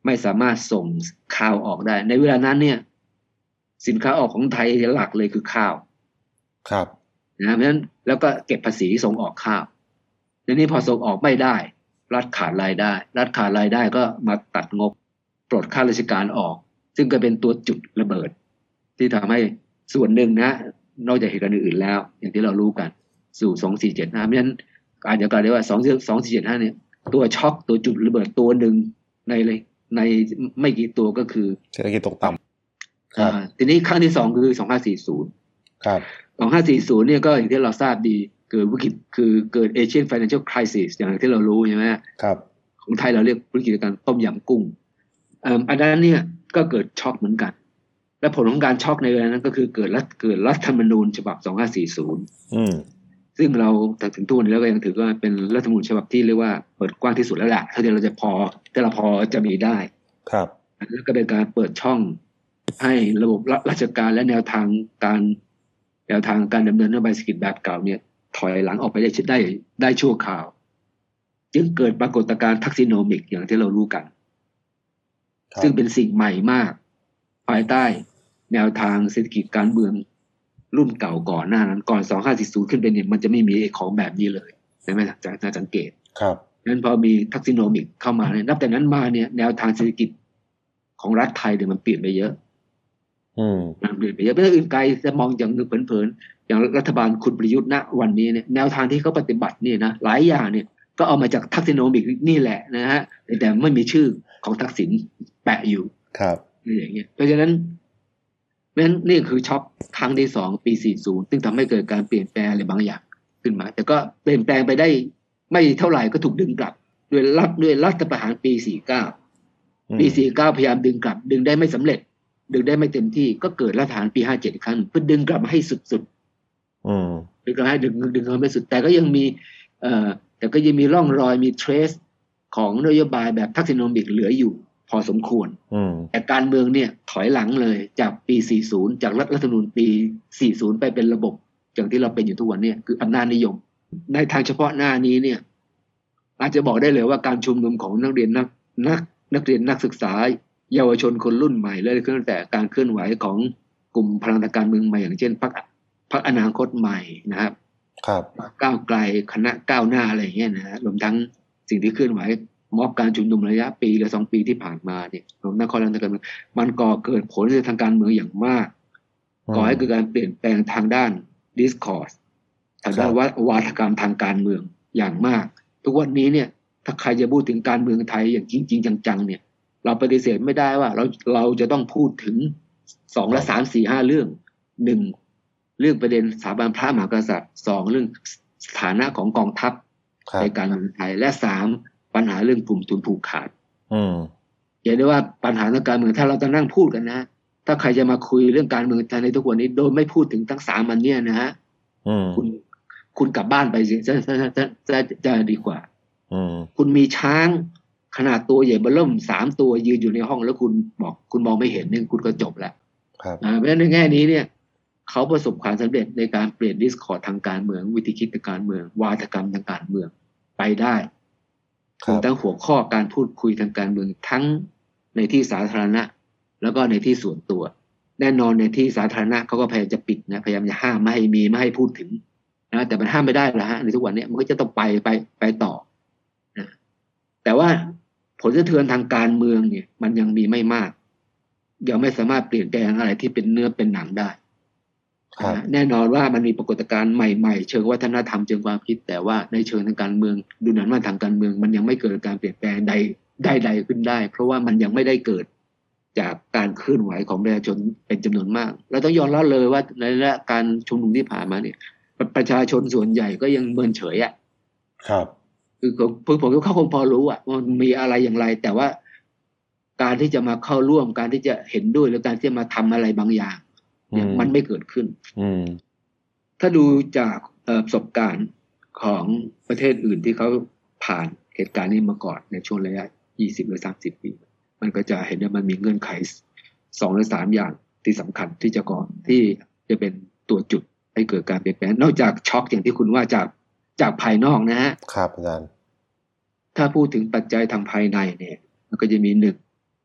ไม่สามารถส่งข้าวออกได้ในเวลานั้นเนี่ยสินค้าออกของไทยหลักเลยคือข้าวครับนะเพราะฉะนั้นแล้วก็เก็บภาษีส่งออกข้าวทีนี้พอส่งออกไม่ได้รัฐขาดรายได้รัฐขาดรายได้ก็มาตัดงบปลดข้าราชการออกซึ่งก็เป็นตัวจุดระเบิดที่ทำให้ส่วนหนึ่งนะนอกจากเหตุการณ์อื่นๆแล้วอย่างที่เรารู้กันสู่สองสี่เจ็ดห้าเพราะฉะนั้นอาจจะกล่าวได้ว่าสองสองสี่เจ็ดห้าเนี่ยตัวช็อคตัวจุดระเบิดตัวหนึ่งในเลยในไม่กี่ตัวก็คือเศรษฐกิจตกต่ำครับทีนี้ครั้งที่สองคือสองห้าสี่ศูนย์ครับสองห้าสี่ศูนย์เนี่ยก็อย่างที่เราทราบดีเกิดวิกฤตคือเกิด Asian Financial Crisis อย่างที่เรารู้ใช่ไหมครับของไทยเราเรียกวิกฤตการต้มยำกุ้งอันนั้นเนี่ยก็เกิดช็อคเหมือนกันและผลของการช็อคในเวลานั้นก็คือเกิดรัฐเกิดรัฐธรรมนูญฉบับสองห้าสี่ศูนย์อืมซึ่งเราแต่ถึงทุกวันนี้แล้วก็ยังถือว่าเป็นรัฐธรรมนูญฉบับที่เรียกว่าเปิดกว้างที่สุดแล้วแหละเท่าที่เราจะพอที่เราพอจะมีได้ครับแล้วก็เป็นการเปิดช่องให้ระบบราชการและแนวทางการแนวทางการดำเนินนโยบายเศรษฐกิจแบบเก่าเนี่ยถอยหลังออกไปได้ได้ได้ชั่วคราวจึงเกิดปรากฏการณ์ทักซิโนมิกอย่างที่เรารู้กันซึ่งเป็นสิ่งใหม่มากภายใต้แนวทางเศรษฐกิจการเมืองรุ่นเก่าก่อนหน้านั้นก่อนสองห้าสี่ศูนย์ขึ้นไปเนี่ยมันจะไม่มีของแบบนี้เลยใช่ไหมจะจะสังเกตครับนั้นพอมีทักซิโนมิกเข้ามาเนี่ยนับแต่นั้นมาเนี่ยแนวทางเศรษฐกิจของรัฐไทยเนี่ยมันเปลี่ยนไปเยอะอืมมันเปลี่ยนไปเยอะไม่ใช่อื่นไกลจะมองอย่างนึกเผินๆอย่างรัฐบาลคุณประยุทธ์ณวันนี้เนี่ยแนวทางที่เขาปฏิบัติเนี่ยนะหลายอย่างเนี่ยก็เอามาจากทักซิโนมิกนี่แหละนะฮะแต่ไม่มีชื่อของทักษิณแปะอยู่ครับนี่อย่างเงี้ยเพราะฉะนั้นเพราะฉะนั้นนี่คือช็อคครั้งที่สองปีสี่สิบซึ่งทำให้เกิดการเปลี่ยนแปลงอะไรบางอย่างขึ้นมาแต่ก็เปลี่ยนแปลงไปได้ไม่เท่าไหร่ก็ถูกดึงกลับด้วยรัฐด้วยรัฐประหารปีสี่สิบเก้าปีสี่สิบเก้าพยายามดึงกลับดึงได้ไม่สำเร็จดึงได้ไม่เต็มที่ก็เกิดรัฐประหารปีห้าสิบเจ็ดอีกครั้งเพื่อดึงกลับมาให้สุดๆอืมดึงกลับให้ดึงดึงกลับไม่สุดแต่ก็ยังมีเอ่อแต่ก็ยังมีร่องรอยมีเทรสของนโยบายแบบทักซิโนมิกเหลืออยู่พอสมควรแต่การเมืองเนี่ยถอยหลังเลยจากปีสี่สิบจากรัฐธรรมนูญปีสี่สิบไปเป็นระบบอย่างที่เราเป็นอยู่ทุกวันนี้คืออำนาจนิยมในทางเฉพาะหน้านี้เนี่ยอาจจะบอกได้เลยว่าการชุมนุมของนักเรียนนักนักนักเรียนนักศึกษาเยาวชนคนรุ่นใหม่เลยตั้งแต่การเคลื่อนไหวของกลุ่มพลังทางการเมืองใหม่อย่างเช่นพรรคพรรคอนาคตใหม่นะครับครับก้าวไกลคณะก้าวหน้าอะไรอย่างเงี้ยนะรวมทั้งสิ่งที่เคลื่อนไหวม็อบการชุมนุมระยะปีหรือสองปีที่ผ่านมาเนี่ยของนักการเมืองมันก่อเกิดผลในทางการเมืองอย่างมากก่อให้เกิดการเปลี่ยนแปลงทางด้าน discourse ทางด้านวาทกรรมทางการเมืองอย่างมากทุกวันนี้เนี่ยถ้าใครจะพูดถึงการเมืองไทยอย่างจริงๆจังๆเนี่ยเราปฏิเสธไม่ได้ว่าเราเราจะต้องพูดถึงสองและสามสี่ห้าเรื่องหนึ่งเรื่องประเด็นสถาบันพระมหากษัตริย์สองเรื่องสถานะของกองทัพในการเมืองไทยและสามปัญหาเรื่องกลุ่มทุนผูกขาดอย่าได้ว่าปัญหาทางการเมืองถ้าเราจะนั่งพูดกันนะถ้าใครจะมาคุยเรื่องการเมืองในทุกวันนี้โดยไม่พูดถึงทั้งสามอันเนี้ยนะฮะคุณคุณกลับบ้านไปสิจะจะจะจะจะดีกว่าคุณมีช้างขนาดตัวใหญ่เบ้อเริ่มสามตัวยืนอยู่ในห้องแล้วคุณบอกคุณมองไม่เห็นนี่คุณก็จบแล้วเพราะฉะนั้นในแง่นี้เนี่ยเขาประสบความสำเร็จในการเปลี่ยนดิสคอร์ดทางการเมืองวิธีคิดทางการเมืองวาทกรรมทางการเมืองไปได้รวมทั้งหัวข้อการพูดคุยทางการเมืองทั้งในที่สาธารณะแล้วก็ในที่ส่วนตัวแน่นอนในที่สาธารณะเขาก็พยายามจะปิดนะพยายามจะห้ามไม่ให้มีไม่ให้พูดถึงนะแต่มันห้ามไม่ได้แล้วฮะในทุกวันนี้มันก็จะต้องไปไปไปต่อนะแต่ว่าผลสะเทือนทางการเมืองเนี่ยมันยังมีไม่มากยังไม่สามารถเปลี่ยนแปลงอะไรที่เป็นเนื้อเป็นหนังได้แน่นอนว่ามันมีปรากฏการณ์ใหม่ๆเชิงวัฒนธรรมเชิงความคิดแต่ว่าในเชิงทางการเมืองดูเหมือนว่าทางการเมืองมันยังไม่เกิดการเปลี่ยนแปลงใดใดๆขึ้นได้เพราะว่ามันยังไม่ได้เกิดจากการเคลื่อนไหวของประชาชนเป็นจำนวนมากเราต้องยอมรับเลยว่าในระยะการชุมนุมที่ผ่านมาเนี่ยประชาชนส่วนใหญ่ก็ยังเมินเฉยอ่ะครับคือผมผมก็เขาคงพอรู้อ่ะว่ามีอะไรอย่างไรแต่ว่าการที่จะมาเข้าร่วมการที่จะเห็นด้วยหรือการที่จะมาทำอะไรบางอย่างเนี่ยมันไม่เกิดขึ้นถ้าดูจากประสบการณ์ของประเทศอื่นที่เขาผ่านเหตุการณ์นี้มาก่อนในช่วงระยะยี่สิบหรือสามสิบปีมันก็จะเห็นว่ามันมีเงื่อนไขสองหรือสามอย่างที่สำคัญที่จะก่อนที่จะเป็นตัวจุดให้เกิดการเปลี่ยนแปลงนอกจากช็อคอย่างที่คุณว่าจากจากภายนอกนะฮะครับอาจารย์ถ้าพูดถึงปัจจัยทางภายในเนี่ยมันก็จะมีหนึ่ง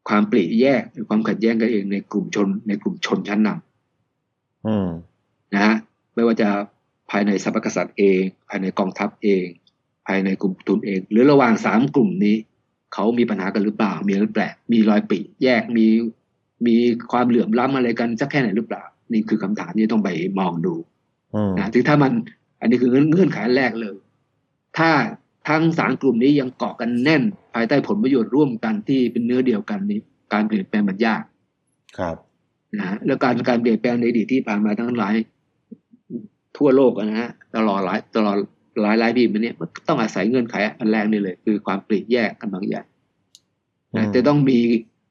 ความปลีแยกหรือความขัดแย้งกันเองในกลุ่มชนในกลุ่มชนชั้นนำอืมนะฮะไม่ว่าจะภายในสถาปัตยกษัตริย์เองภายในกองทัพเองภายในกลุ่มทุนเองหรือระหว่างสามกลุ่มนี้เขามีปัญหากันหรือเปล่ามีหรือแปลกมีรอยปลีแยกมีมีความเหลื่อมล้ำอะไรกันสักแค่ไหนหรือเปล่านี่คือคำถามที่ต้องไปมองดูนะถึงถ้ามันอันนี้คือเงื่อนไขแรกเลยถ้าทั้งสามกลุ่มนี้ยังเกาะกันแน่นภายใต้ผลประโยชน์ร่วมกันที่เป็นเนื้อเดียวกันนี้การเปลี่ยนแปลงมันยากครับนะแล้วการการเปลี่ยนแปลงในอดีตที่ผ่านมาทั้งหลายทั่วโลกนะฮะตลอดหลายตลอดหลายหลายปีมาเนี่ยมันต้องอาศัยเงื่อนไขอันแรกนี่เลยคือความปลีกแยกกันบางอย่างนะจะต้องมี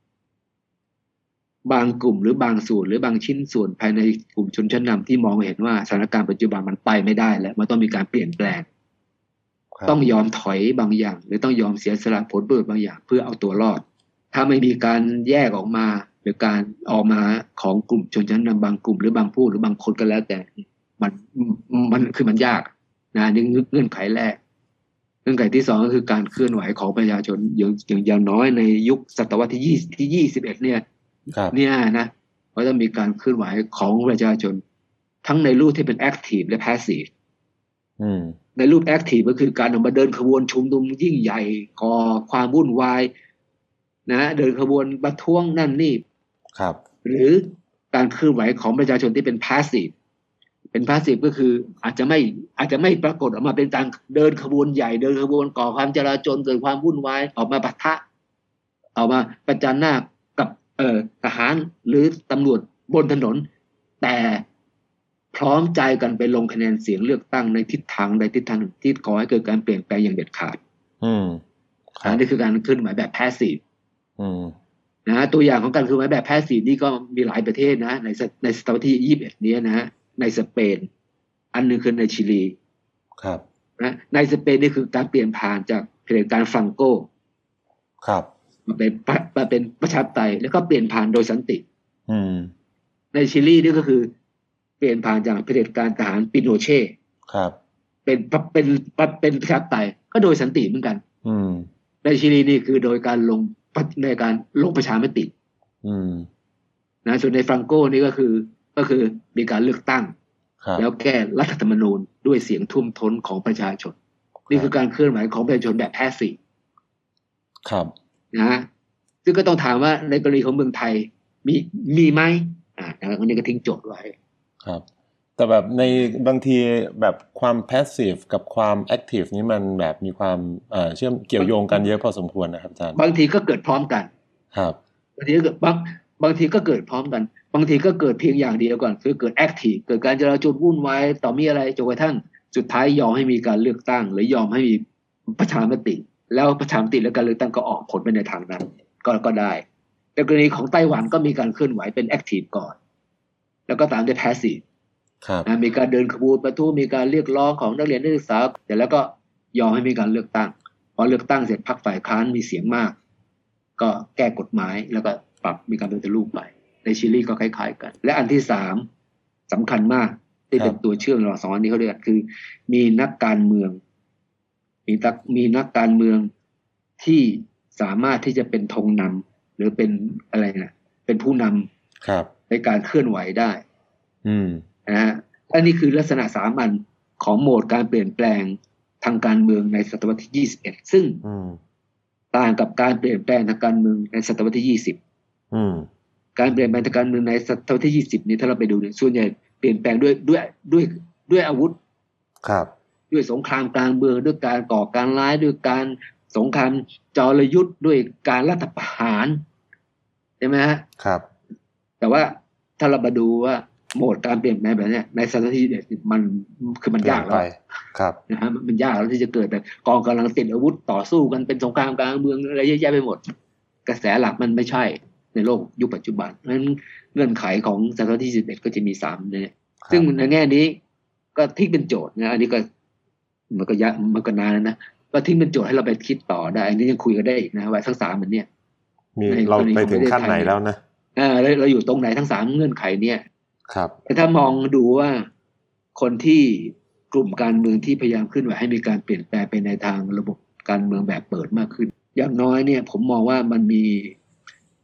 บางกลุ่มหรือบางส่วนหรือบางชิ้นส่วนภายในกลุ่มชนชั้นนำที่มองเห็นว่าสถานการณ์ปัจจุบันมันไปไม่ได้แล้วมันต้องมีการเปลี่ยนแปลงต้องยอมถอยบางอย่างหรือต้องยอมเสียสละผลประโยชน์บางอย่างเพื่อเอาตัวรอดถ้าไม่มีการแยกออกมาหรือการออกมาของกลุ่มชนชั้นนำบางกลุ่มหรือบางผู้หรือบางคนก็แล้วแต่มันมันคือมันยากนะนี่เงื่อนไขแรกเงื่อนไขที่สองก็คือการเคลื่อนไหวของประชาชนอย่างอย่างน้อยในยุคศตวรรษที่ยี่ที่ยี่สิบเอ็ดเนี่ยเนี่ยนะก็ต้องมีการเคลื่อนไหวของประชาชนทั้งในรูปที่เป็น active และ passive ในรูป active ก็คือการออกมาเดินขบวนชุมนุมยิ่งใหญ่ก่อความวุ่นวายนะเดินขบวนประท้วงนั่นนี่ครับหรือการเคลื่อนไหวของประชาชนที่เป็น passive เป็น passive ก็คืออาจจะไม่อาจจะไม่ปรากฏออกมาเป็นการเดินขบวนใหญ่เดินขบวนก่อความจลาจลเกิดความวุ่นวายออกมาปะทะออกมาประจันหน้ากับเอ่อทหารหรือตำรวจบนถนนแต่พร้อมใจกันไปลงคะแนนเสียงเลือกตั้งในทิศทางใดทิศทางหนึ่งที่ก่อให้เกิดการเปลี่ยนแปลงอย่างเด็ดขาดอืมอันนี้คือการเคลื่อนไหวแบบ passive อืมนะตัวอย่างของการเคลื่อนไหวแบบ passive นี่ก็มีหลายประเทศนะในในศตวรรษที่ยี่สิบเอ็ดนี้นะฮะในสเปนอันนึงคือในชิลีครับนะในสเปนนี่คือการเปลี่ยนผ่านจากเผด็จการฟรังโกครับมาเป็นมาเป็นประชาธิปไตยแล้วก็เปลี่ยนผ่านโดยสันติอืมในชิลีนี่ก็คือเปลี่ยนผ่านจากเผด็จการทหารปิโนเช่ครับเป็นเป็นเป็นประชาธิปไตยก็โดยสันติเหมือนกันอืมในชิลีนี่คือโดยการลงในการลงประชามติอืมนะส่วนในฟรังโกนี่ก็คือก็คือมีการเลือกตั้งแล้วแก้รัฐธรรมนูญด้วยเสียงทุ่มท้นของประชาชนนี่คือการเคลื่อนไหวของประชาชนแบบแพสซีฟครับนะซึ่งก็ต้องถามว่าในกรณีของเมืองไทยมีมีไหมอ่าแล้วคนนี้ก็ทิ้งโจทย์ไว้ครับแต่แบบในบางทีแบบความแพสซีฟกับความแอคทีฟนี้มันแบบมีความเอ่อเชื่อมเกี่ยวโยงกันเยอะพอสมควรนะครับอาจารย์บางทีก็เกิดพร้อมกันครับบางทีก็เกิดบางบางทีก็เกิดพร้อมกันบางทีก็เกิดเพียงอย่างเดียวก่อนคือเกิดแอคทีฟเกิดการจราจรวุ่นวายต่อมีอะไรจนกระทั่งสุดท้ายยอมให้มีการเลือกตั้งหรือยอมให้มีประชามติแล้วประชามติและการเลือกตั้งก็ออกผลไปในทางนั้นก็ก็ได้ในกรณีของไต้หวันก็มีการเคลื่อนไหวเป็นแอคทีฟก่อนแล้วก็ตามด้วยแพสซีฟนะมีการเดินขบวนประท้วงมีการเรียกร้องของนักเรียนนักศึกษาแต่แล้วก็ยอมให้มีการเลือกตั้งพอเลือกตั้งเสร็จพรรคฝ่ายค้านมีเสียงมากก็แก้กฎหมายแล้วก็ปรับมีการปฏิรูปไปในชิลีก็คล้ายๆกันและอันที่สามสำคัญมากที่เป็นตัวเชื่อมระหว่างสองอันนี้เขาเรียกคือมีนักการเมืองมีนักมีนักการเมืองที่สามารถที่จะเป็นธงนำหรือเป็นอะไรนะเป็นผู้นำในการเคลื่อนไหวได้นะฮะอันนี้คือลักษณะสามัญของโหมดการเปลี่ยนแปลงทางการเมืองในศตวรรษที่ยี่สิบเอ็ดซึ่งต่างกับการเปลี่ยนแปลงทางการเมืองในศตวรรษที่ยี่สิบการเปลี่ยนแปลงทางการเมืองในศตวรรษที่ยี่สิบนี้ถ้าเราไปดูเนี่ยส่วนใหญ่เปลี่ยนแปลงด้วยด้วยด้วยด้วยอาวุธครับด้วยสงครามกลางเมืองด้วยการก่อการร้ายด้วยการสงครามจรยุทธ์ด้วยการรัฐประหารใช่ไหมฮะครับแต่ว่าถ้าเรามาดูว่าโหมดการเปลี่ยนแปลงแบบนี้ในศตวรรษที่ยี่สิบเอ็ดมันคือมันยากแล้วครับนะฮะมันยากแล้วที่จะเกิดแบบกองกำลังติดอาวุธต่อสู้กันเป็นสงครามกลางเมืองอะไรเยอะแยะไปหมดกระแสหลักมันไม่ใช่ในโลกยุคปัจจุบันเพราะฉะนั้นเงื่อนไขของศตวรรษที่สิบเอ็ดก็จะมีสามเนี่ยซึ่งในแง่นี้ก็ทิ้งเป็นโจทย์นะอันนี้ก็มันก็ยากมันก็นานแล้วนะก็ทิ้งเป็นโจทย์ให้เราไปคิดต่อได้อันนี้ยังคุยกันได้อีกนะว่าทั้งสามมันเนี่ยมีเราไปถึงขั้นไหนแล้วนะอ่าเราอยู่ตรงไหนทั้งสามเงื่อนไขเนี่ยครับแต่ถ้ามองดูว่าคนที่กลุ่มการเมืองที่พยายามขึ้นว่าให้มีการเปลี่ยนแปลงไปในทางระบบการเมืองแบบเปิดมากขึ้นอย่างน้อยเนี่ยผมมองว่ามันมี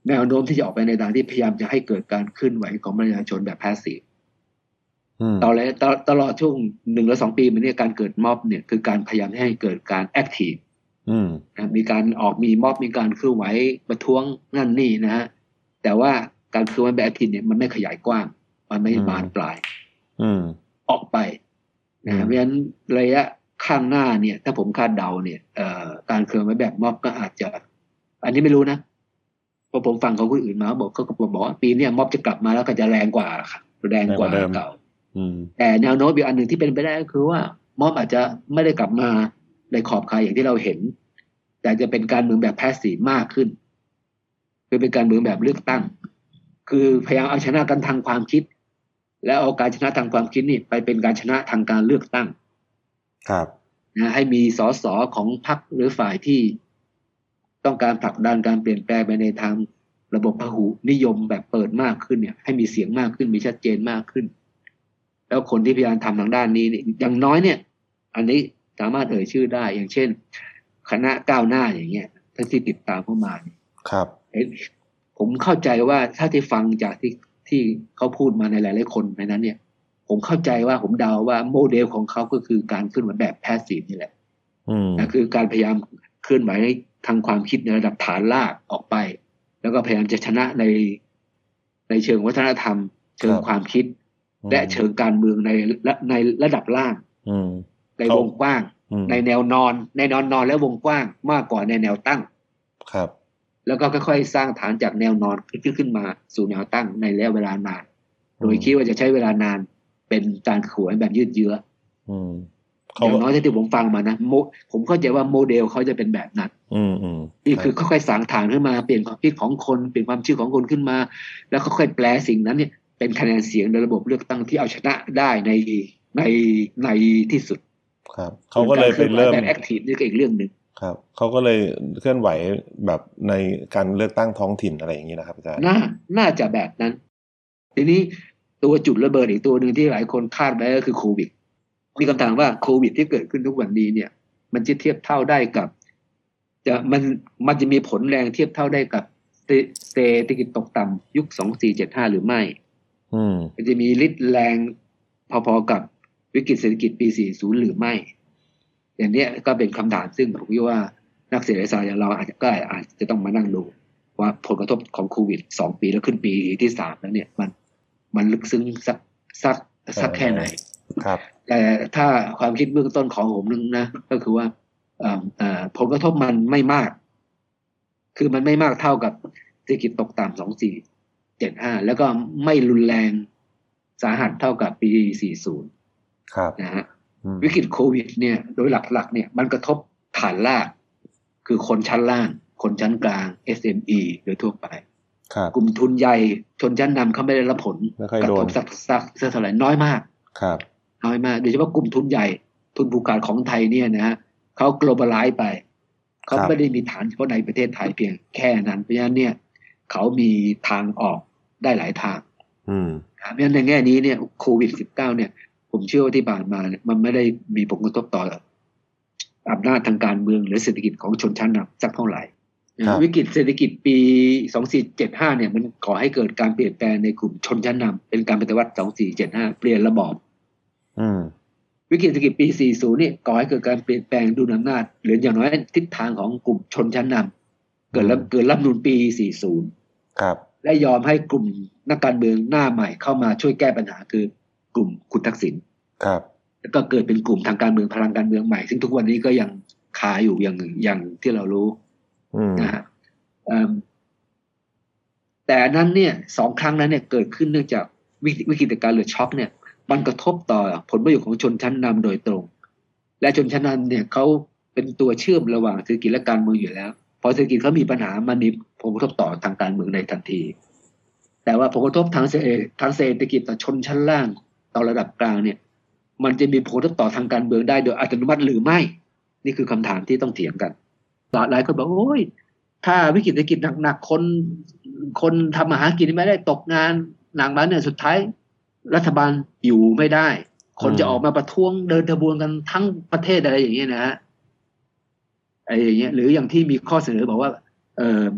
แนวโน้มที่จะออกไปในทางที่พยายามจะให้เกิดการเคลื่อนไหวของประชาชนแบบแพสซีฟตลอดตลอดช่วงหนึ่งหรือสองปีมันเนี่ยการเกิดม็อบเนี่ยคือการพยายามให้เกิดการแอคทีฟมีการออกมีม็อบมีการเคลื่อนไหวประท้วงนั่นนี่นะฮะแต่ว่าการเคลื่อนไหวแบบแอคทีฟเนี่ยมันไม่ขยายกว้างมันไม่บานปลายออกไปนะเพราะฉะนั้นระยะข้างหน้าเนี่ยถ้าผมคาดเดาเนี่ยการเคลื่อนไหวแบบม็อบก็อาจจะอันนี้ไม่รู้นะเพราะผมฟังเขาคนอื่นมาบอกเขาก็บอกว่าปีนี้ม็อบจะกลับมาแล้วก็จะแรงกว่าครับแรงกว่าเก่าแต่แนวโน้มอีกอันหนึ่งที่เป็นไปได้ก็คือว่าม็อบอาจจะไม่ได้กลับมาในขอบข่ายอย่างที่เราเห็นแต่จะเป็นการเมืองแบบแพสซีฟมากขึ้นคือเป็นการเมืองแบบเลือกตั้งคือพยายามเอาชนะกันทางความคิดแล้วเอาการชนะทางความคิดนี่ไปเป็นการชนะทางการเลือกตั้งครับนะให้มีสสของพรรคหรือฝ่ายที่ต้องการผลักดันการเปลี่ยนแปลงไปในทางระบบพหุนิยมแบบเปิดมากขึ้นเนี่ยให้มีเสียงมากขึ้นมีชัดเจนมากขึ้นแล้วคนที่พยายามทำทางด้านนี้เนี่ยอย่างน้อยเนี่ยอันนี้สามารถเอ่ยชื่อได้อย่างเช่นคณะก้าวหน้าอย่างเงี้ยท่านที่ติดตามเข้ามาครับผมเข้าใจว่าถ้าที่ฟังจากที่ที่เขาพูดมาในหลายๆคนในนั้นเนี่ยผมเข้าใจว่าผมเดาว่าโมเดลของเขาก็คือการเคลื่อนไหวแบบแพสซีฟนี่แหละนะคือการพยายามเคลื่อนไหวทางความคิดในระดับฐานรากออกไปแล้วก็พยายามจะชนะในในเชิงวัฒนธรรมเชิงความคิดและเชิงการเมืองในในระดับล่างในวงกว้างในแนวนอนในนอนนอนและวงกว้างมากกว่าในแนวตั้งครับแล้วก็ค่อยๆสร้างฐานจากแนวนอนขึ้นขึ้นมาสู่แนวตั้งในระยะเวลานานโดยคิดว่าจะใช้เวลานานเป็นการขวยแบบยืดเยื้ออย่างน้อยที่ผมฟังมานะผมเข้าใจว่าโมเดลเขาจะเป็นแบบนั้นนี่คือค่อยๆสร้างฐานขึ้นมาเปลี่ยนความคิดของคนเปลี่ยนความเชื่อของคนขึ้นมาแล้วค่อยๆแปลสิ่งนั้นเนี่ยเป็นคะแนนเสียงในระบบเลือกตั้งที่เอาชนะได้ในในในที่สุดครับเขาก็เลยเป็นเริ่มแบบแอคทีฟนี่ก็อีกเรื่องนึงครับเขาก็เลยเคลื่อนไหวแบบในการเลือกตั้งท้องถิ่นอะไรอย่างนี้นะครับอาจารย์น่าน่าจะแบบนั้นทีนี้ตัวจุดระเบิดอีกตัวนึงที่หลายคนคาดไว้ก็คือโควิดมีคำถามว่าโควิดที่เกิดขึ้นทุกวันนี้เนี่ยมันจะเทียบเท่าได้กับจะมันมันจะมีผลแรงเทียบเท่าได้กับเศรษฐกิจตกต่ำยุคสองสี่เจ็ดห้าหรือไม่มันจะมีฤทธิ์แรงพอๆกับวิกฤตเศรษฐกิจปีสี่สิบหรือไม่อย่างนี้ก็เป็นคำถามซึ่งผมคิดว่านักเศรษฐศาสตร์อย่างเราอาจจะก็อาจจะต้องมานั่งดูว่าผลกระทบของโควิดสองปีแล้วขึ้นปีที่สามแล้วเนี่ยมันมันลึกซึ้งสักสักสักแค่ไหนครับแต่ถ้าความคิดเบื้องต้นของผมนึงนะก็คือว่าผลกระทบมันไม่มากคือมันไม่มากเท่ากับเศรษฐกิจตกต่ำสองสี่เจ็ดห้าแล้วก็ไม่รุนแรงสาหัสเท่ากับปีสี่สิบครับนะฮะวิกฤตโควิดเนี่ยโดยหลักๆเนี่ยมันกระทบฐานรากคือคนชั้นล่างคนชั้นกลาง เอส เอ็ม อี โดยทั่วไปกลุ่มทุนใหญ่ชนชั้นนำเขาไม่ได้รับผลกระทบสักสักสักเท่าไหร่น้อยมากครับน้อยมากโดยเฉพาะกลุ่มทุนใหญ่ทุนผูกขาดของไทยเนี่ยนะฮะเขา globalize ไปเขาไม่ได้มีฐานเฉพาะในประเทศไทยเพียงแค่นั้นเพราะฉะนั้นเนี่ยเขามีทางออกได้หลายทางอืมเพราะฉะนั้นในแง่นี้เนี่ยโควิดสิบเก้าเนี่ยผมเชื่อว่าที่ผ่านมาเนี่ยมันไม่ได้มีผลกระทบต่ออำนาจทางการเมืองหรือเศรษฐกิจของชนชั้นนำสักเท่าไหร่วิกฤตเศรษฐกิจปีสองสี่เจ็ดห้าเนี่ยมันก่อให้เกิดการเปลี่ยนแปลงในกลุ่มชนชั้นนำเป็นการปฏิวัติสองสี่เจ็ดห้าเปลี่ยนระบอบวิกฤตเศรษฐกิจปีสี่สิบนี่ก่อให้เกิดการเปลี่ยนแปลงดุลอำนาจหรืออย่างน้อยทิศทางของกลุ่มชนชั้นนำเกิดแล้วเกิดรัฐธรรมนูญปีสี่สิบครับและยอมให้กลุ่มนักการเมืองหน้าใหม่เข้ามาช่วยแก้ปัญหาคือกลุ่มคุณทักษิณครับแล้วก็เกิดเป็นกลุ่มทางการเมืองพลังการเมืองใหม่ซึ่งทุกวันนี้ก็ยังคาอยู่อย่างอย่างที่เรารู้นะฮะแต่นั้นเนี่ยสองครั้งนั้นเนี่ยเกิดขึ้นเนื่องจากวิกฤตการณ์หรือช็อคเนี่ยมันกระทบต่อผลประโยชน์ของชนชั้นนำโดยตรงและชนชั้นนำเนี่ยเขาเป็นตัวเชื่อมระหว่างเศรษฐกิจและการเมืองอยู่แล้วพอเศรษฐกิจเขามีปัญหามันมีผลกระทบต่อทางการเมืองในทันทีแต่ว่าผลกระทบทางเศรษฐทางเศรษฐกิจต่อชนชั้นล่างต่อระดับกลางเนี่ยมันจะมีผลกระทบต่อทางการเมืองได้โดยอัตโนมัติหรือไม่นี่คือคำถามที่ต้องเถียงกันหลายคนบอกโอ้ยถ้าวิกฤตเศรษฐกิจหนักๆคนคนทำมาหากินไม่ได้ตกงานหนักมาเนี่ยสุดท้ายรัฐบาลอยู่ไม่ได้คนจะออกมาประท้วงเดินขบวนกันทั้งประเทศอะไรอย่างเงี้ยนะฮะไอ้อย่างเงี้ยหรืออย่างที่มีข้อเสนอบอกว่าเอ่อ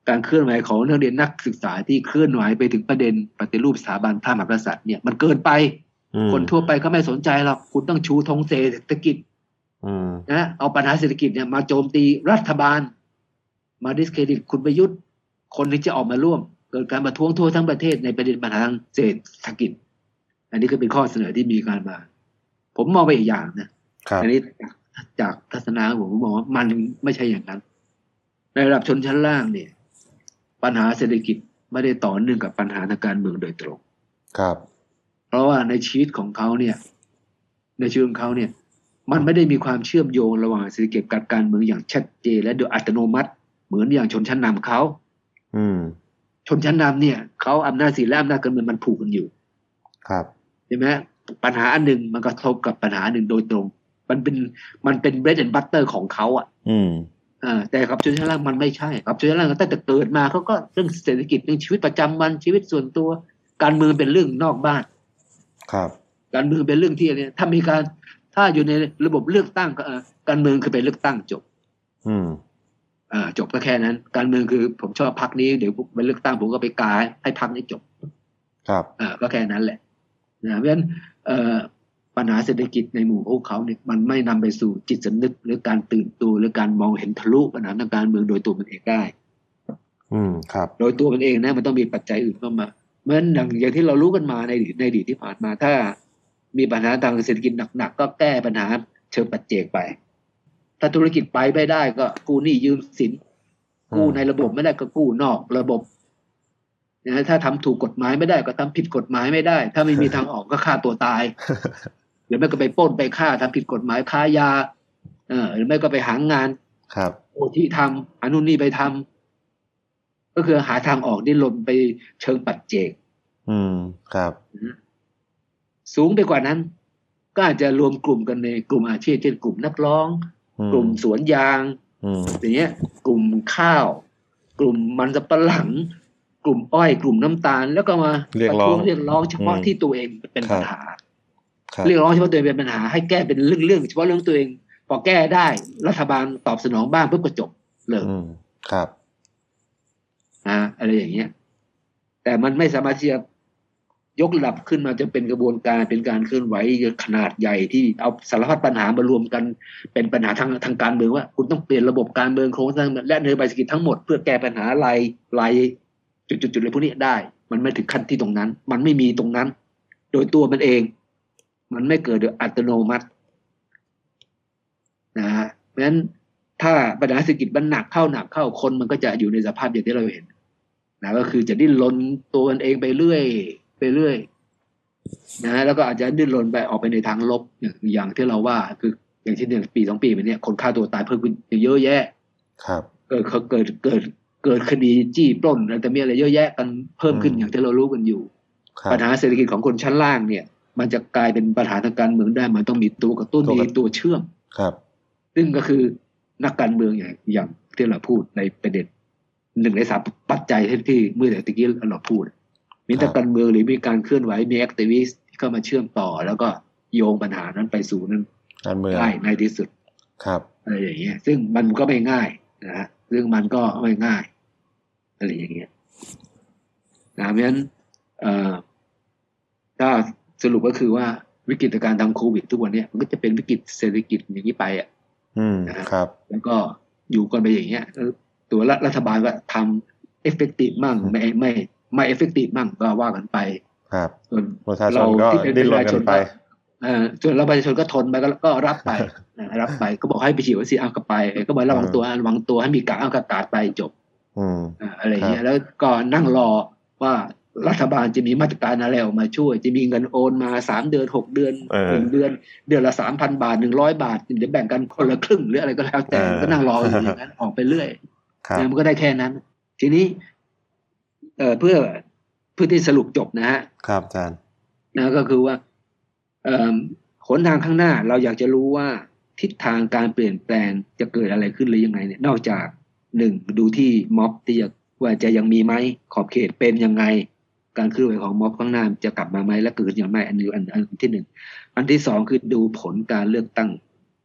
การเคลื่อนไหวของนักเรียนนักศึกษาที่เคลื่อนไหวไปถึงประเด็นปฏิรูปสถาบันพระมหากษัตริย์เนี่ยมันเกินไปคนทั่วไปเขาไม่สนใจหรอกคุณต้องชูธงเศรษฐกิจนะเอาปัญหาเศรษฐกิจเนี่ยมาโจมตีรัฐบาลมาดิสเครดิตคุณประยุทธ์คนที่จะออกมาร่วมเกิดการประท้วงทั่วทั้งประเทศในประเด็นปัญหาทางเศรษฐกิจอันนี้ก็เป็นข้อเสนอที่มีการมาผมมองไปอีกอย่างนะอันนี้จากทัศนะผมมองว่ามันไม่ใช่อย่างนั้นในระดับชนชั้นล่างเนี่ยปัญหาเศรษฐกิจไม่ได้ต่อเนื่องกับปัญหาทางการเมืองโดยตรงครับเพราะว่าในชีวิตของเขาเนี่ยในชีวิตของเขาเนี่ยมันไม่ได้มีความเชื่อมโยงระหว่างเศรษฐกิจกับการเมืองอย่างชัดเจนและโดยอัตโนมัติเหมือนอย่างชนชั้นนำเขาอืมชนชั้นนำเนี่ยเขาอำนาจศีลและอำนาจการเมืองมันผูกกันอยู่ครับใช่ไหมปัญหาอันหนึ่งมันกระทบกับปัญหาหนึ่งโดยตรงมันเป็นมันเป็น bread and butter ของเขาอ่ะอืมอ่าแต่กับชนชั้นล่างมันไม่ใช่กับชนชั้นล่างตั้งแต่เกิดมาเขาก็เรื่องเศรษฐกิจเรื่องชีวิตประจำวันชีวิตส่วนตัวการเมืองเป็นเรื่องนอกบ้านครับการเมืองเป็นเรื่องที่อันนี้ถ้ามีการถ้าอยู่ในระบบเลือกตั้งก็การเมืองคือไปเลือกตั้งจบอืมอ่าจบก็แค่นั้นการเมืองคือผมชอบพรรคนี้เดี๋ยวไปเลือกตั้งผมก็ไปกาให้พรรคนี้จบครับอ่าก็แค่นั้นแหละนะเพราะฉะนั้นเอ่อปัญหาเศรษฐกิจในหมู่พวกเขาเนี่ยมันไม่นำไปสู่จิตสำนึกหรือการตื่นตัวหรือการมองเห็นทะลุปัญหาทางการเมืองโดยตัวมันเองได้อืมครับโดยตัวมันเองนะมันต้องมีปัจจัยอื่นเข้ามาเหมือนอย่างอย่างที่เรารู้กันมาในในอดีตที่ผ่านมาถ้ามีปัญหาทางเศรษฐกิจหนักๆก็แก้ปัญหาเชิงปัจเจกไปถ้าธุรกิจไปไม่ได้ก็กู้หนี้ยืมสินกู้ในระบบไม่ได้ก็กู้นอกระบบนะถ้าทำถูกกฎหมายไม่ได้ก็ทำผิดกฎหมายไม่ได้ถ้าไม่มีทางออกก็ฆ่าตัวตายหรือไม่ก็ไปปล้นไปฆ่าทำผิดกฎหมายค้ายาเออหรือไม่ก็ไปหางานครับโอที่ทำอนุนี่ไปทำก็คือหาทางออกดิ้นรนไปเชิงปัจเจกอืมครับสูงไปกว่านั้นก็อาจจะรวมกลุ่มกันในกลุ่มอาชีพเช่นกลุ่มนักร้องกลุ่มสวนยางอย่างเงี้ยกลุ่มข้าวกลุ่มมันสำปะหลังกลุ่มอ้อยกลุ่มน้ำตาลแล้วก็มาเรียกร้องเรียกร้องเฉพาะที่ตัวเองเป็นปัญหาเรียกร้องเฉพาะตัวเองเป็นปัญหาให้แก้เป็นเรื่องๆเฉพาะเรื่องตัวเองพอแก้ได้รัฐบาลตอบสนองบ้างเพื่อก็จบเลยครับนะอะไรอย่างเงี้ยแต่มันไม่สามารถที่จะยกระดับขึ้นมาจะเป็นกระบวนการเป็นการเคลื่อนไหวขนาดใหญ่ที่เอาสารพัดปัญหามารวมกันเป็นปัญหาทางทางการเมืองว่าคุณต้องเปลี่ยนระบบการเมืองโครงสร้างและนโยบายเศรษฐกิจทั้งหมดเพื่อแก้ปัญหารายรายจุดๆๆอะไรพวกนี้ได้มันไม่ถึงขั้นที่ตรงนั้นมันไม่มีตรงนั้นโดยตัวมันเองมันไม่เกิดโดยอัตโนมัตินะฮะเพราะฉะนั้นถ้าปัญหาเศรษฐกิจมันหนักเข้าหนักเข้าคนมันก็จะอยู่ในสภาพอย่างที่เราเห็นนะก็คือจะดิ้นรนตัวมันเองไปเรื่อยไปเรื่อยนะแล้วก็อาจจะดิ้นรนไปออกไปในทางลบอย่างที่เราว่าคืออย่างที่เนี่ยปีสองปีมาเนี้ยคนฆ่าตัวตายเพิ่มขึ้นเยอะแยะครับเกิดเกิดเกิดเกิดคดีจี้ปล้นอะไรแต่มีอะไรเยอะแยะกันเพิ่มขึ้นอย่างที่เรารู้กันอยู่ปัญหาเศรษฐกิจของคนชั้นล่างเนี่ยมันจะกลายเป็นปัญหาทางการเมืองได้มันต้องมีตัวกระตุ้นมีตัวเชื่อมครับซึ่งก็คือนักการเมืองอย่างอย่างที่เราพูดในประเด็นหนึ่งในสามปัจจัยที่เมื่อตะกี้เราพูดมีนักการเมืองหรือมีการเคลื่อนไหวมีแอคทิวิสต์ที่เข้ามาเชื่อมต่อแล้วก็โยงปัญหานั้นไปสู่นั้นได้ในที่สุดครับอะไรอย่างเงี้ยซึ่งมันก็ไม่ง่ายนะฮะเรื่องมันก็ไม่ง่ายอะไรอย่างเงี้ยนะเพราะฉะนั้นเอ่อถ้าสรุปก็คือว่าวิกฤตการณ์ทางโควิดทุกวันนี้มันก็จะเป็นวิกฤตเศรษฐกิจอย่างนี้ไปอ่ะอืมนะครับแล้วก็อยู่กันไปอย่างเงี้ยตัวรัฐบาลก็ทำเอฟเฟกตีฟมั่งไม่ไม่ไม่เอฟเฟกตีฟมั่งก็ว่ากันไปครับประชาชนก็ดิ้นรนกันไปเอ่อส่วนเราประชาชนก็ทนไปก็รับไปรับไปก็บอกให้ไปฉีดวัคซีนเอาก็ไปก็บอกระวังตัวระวังตัวให้มีกาดเอากาดไปจบอืมอะไรเงี้ยแล้วก็นั่งรอว่ารัฐบาลจะมีมาตรการอะไรออกมาช่วยจะมีเงินโอนมาสามเดือนหกเดือนหนึ่งเดือนเดือนละ สามพัน บาทหนึ่งร้อยบาทเดี๋ยวแบ่งกันคนละครึ่งหรืออะไรก็แล้วแต่ก็นั่งรออยู่อย่างนั้นออกไปเรื่อยนะมันก็ได้แค่นั้นทีนี้เอ่อเพื่อเพื่อที่สรุปจบนะฮะครับอาจารย์นะก็คือว่าเอ่อหนทางข้างหน้าเราอยากจะรู้ว่าทิศทางการเปลี่ยนแปลงจะเกิดอะไรขึ้นหรือยังไงเนี่ยนอกจากหนึ่งดูที่ม็อบที่จะว่าจะยังมีไหมขอบเขตเป็นยังไงการเคลื่อนไหวของม็อบข้างหน้าจะกลับมาไหมและเกิดอย่างไรอันนี้อันอันที่หนึ่งอันที่สองคือดูผลการเลือกตั้ง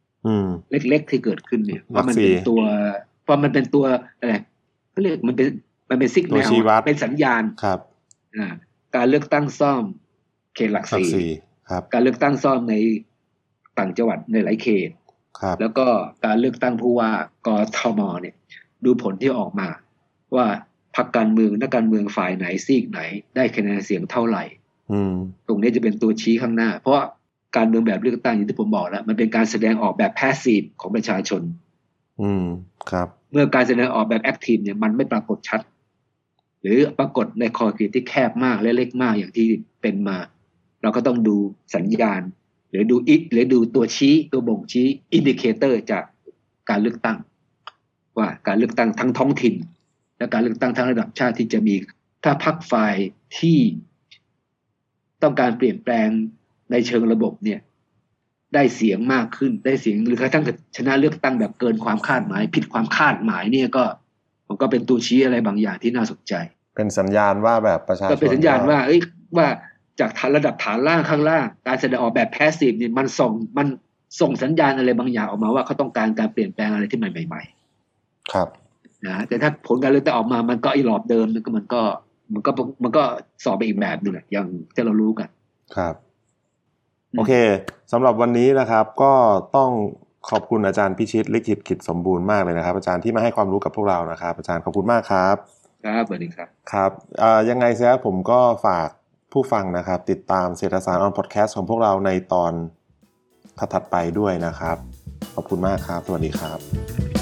เล็กๆที่เกิดขึ้นเนี่ยว่ามันเป็นตัวเพราะมันเป็นตัวอะไรเขาเรียกมันเป็นมันเป็นซิกแนลเป็นสัญญาณครับอ่าการเลือกตั้งซ่อมเขตหลักสี่ครับการเลือกตั้งซ่อมในต่างจังหวัดในหลายเขตครับแล้วก็การเลือกตั้งผู้ว่ากทมเนี่ยดูผลที่ออกมาว่าพรรคการเมืองนักการเมืองฝ่ายไหนซีกไหนได้คะแนนเสียงเท่าไหร่ตรงนี้จะเป็นตัวชี้ข้างหน้าเพราะการเมืองแบบเลือกตั้งอย่างที่ผมบอกแล้วมันเป็นการแสดงออกแบบแพสซีฟของประชาชนอืมครับเมื่อการแสดงออกแบบแอคทีฟเนี่ยมันไม่ปรากฏชัดหรือปรากฏในขอบเขตที่แคบมากและเล็กมากอย่างที่เป็นมาเราก็ต้องดูสัญญาณหรือดูอิหรือดูตัวชี้ตัวบ่งชี้อินดิเคเตอร์จากการเลือกตั้งว่าการเลือกตั้งทั้งท้องถิ่นและการเลือกตั้งทั้งระดับชาติที่จะมีถ้าพรรคฝ่ายที่ต้องการเปลี่ยนแปลงในเชิงระบบเนี่ยได้เสียงมากขึ้นได้เสียงหรือกระทั่งชนะเลือกตั้งแบบเกินความคาดหมายผิดความคาดหมายเนี่ยก็มันก็เป็นตัวชี้อะไรบางอย่างที่น่าสนใจเป็นสัญญาณว่าแบบประชาชนก็เป็นสัญญาณว่าเอ้ยว่าจากฐานระดับฐานล่างข้างล่างการแสดงออกแบบแพสซีฟเนี่ยมันส่งมันส่งสัญญาณอะไรบางอย่างออกมาว่าเขาต้องการการเปลี่ยนแปลงอะไรที่ใหม่ๆครับนะแต่ถ้าผลการเลือกตั้งออกมามันก็อีหลอบเดิมมันก็มันก็มันก็มันก็สอบไปอีกแบบนึงแหละอย่างที่เรารู้กันครับโอเคสำหรับวันนี้นะครับก็ต้องขอบคุณอาจารย์พิชิตลิขิตกิจสมบูรณ์มากเลยนะครับอาจารย์ที่มาให้ความรู้กับพวกเรานะครับอาจารย์ขอบคุณมากครับครับสวัสดีครับครับอ่ายังไงซะผมก็ฝากผู้ฟังนะครับติดตามเศรษฐศาสตร์ออนพอดแคสต์ของพวกเราในตอนถัดไปด้วยนะครับขอบคุณมากครับสวัสดีครับ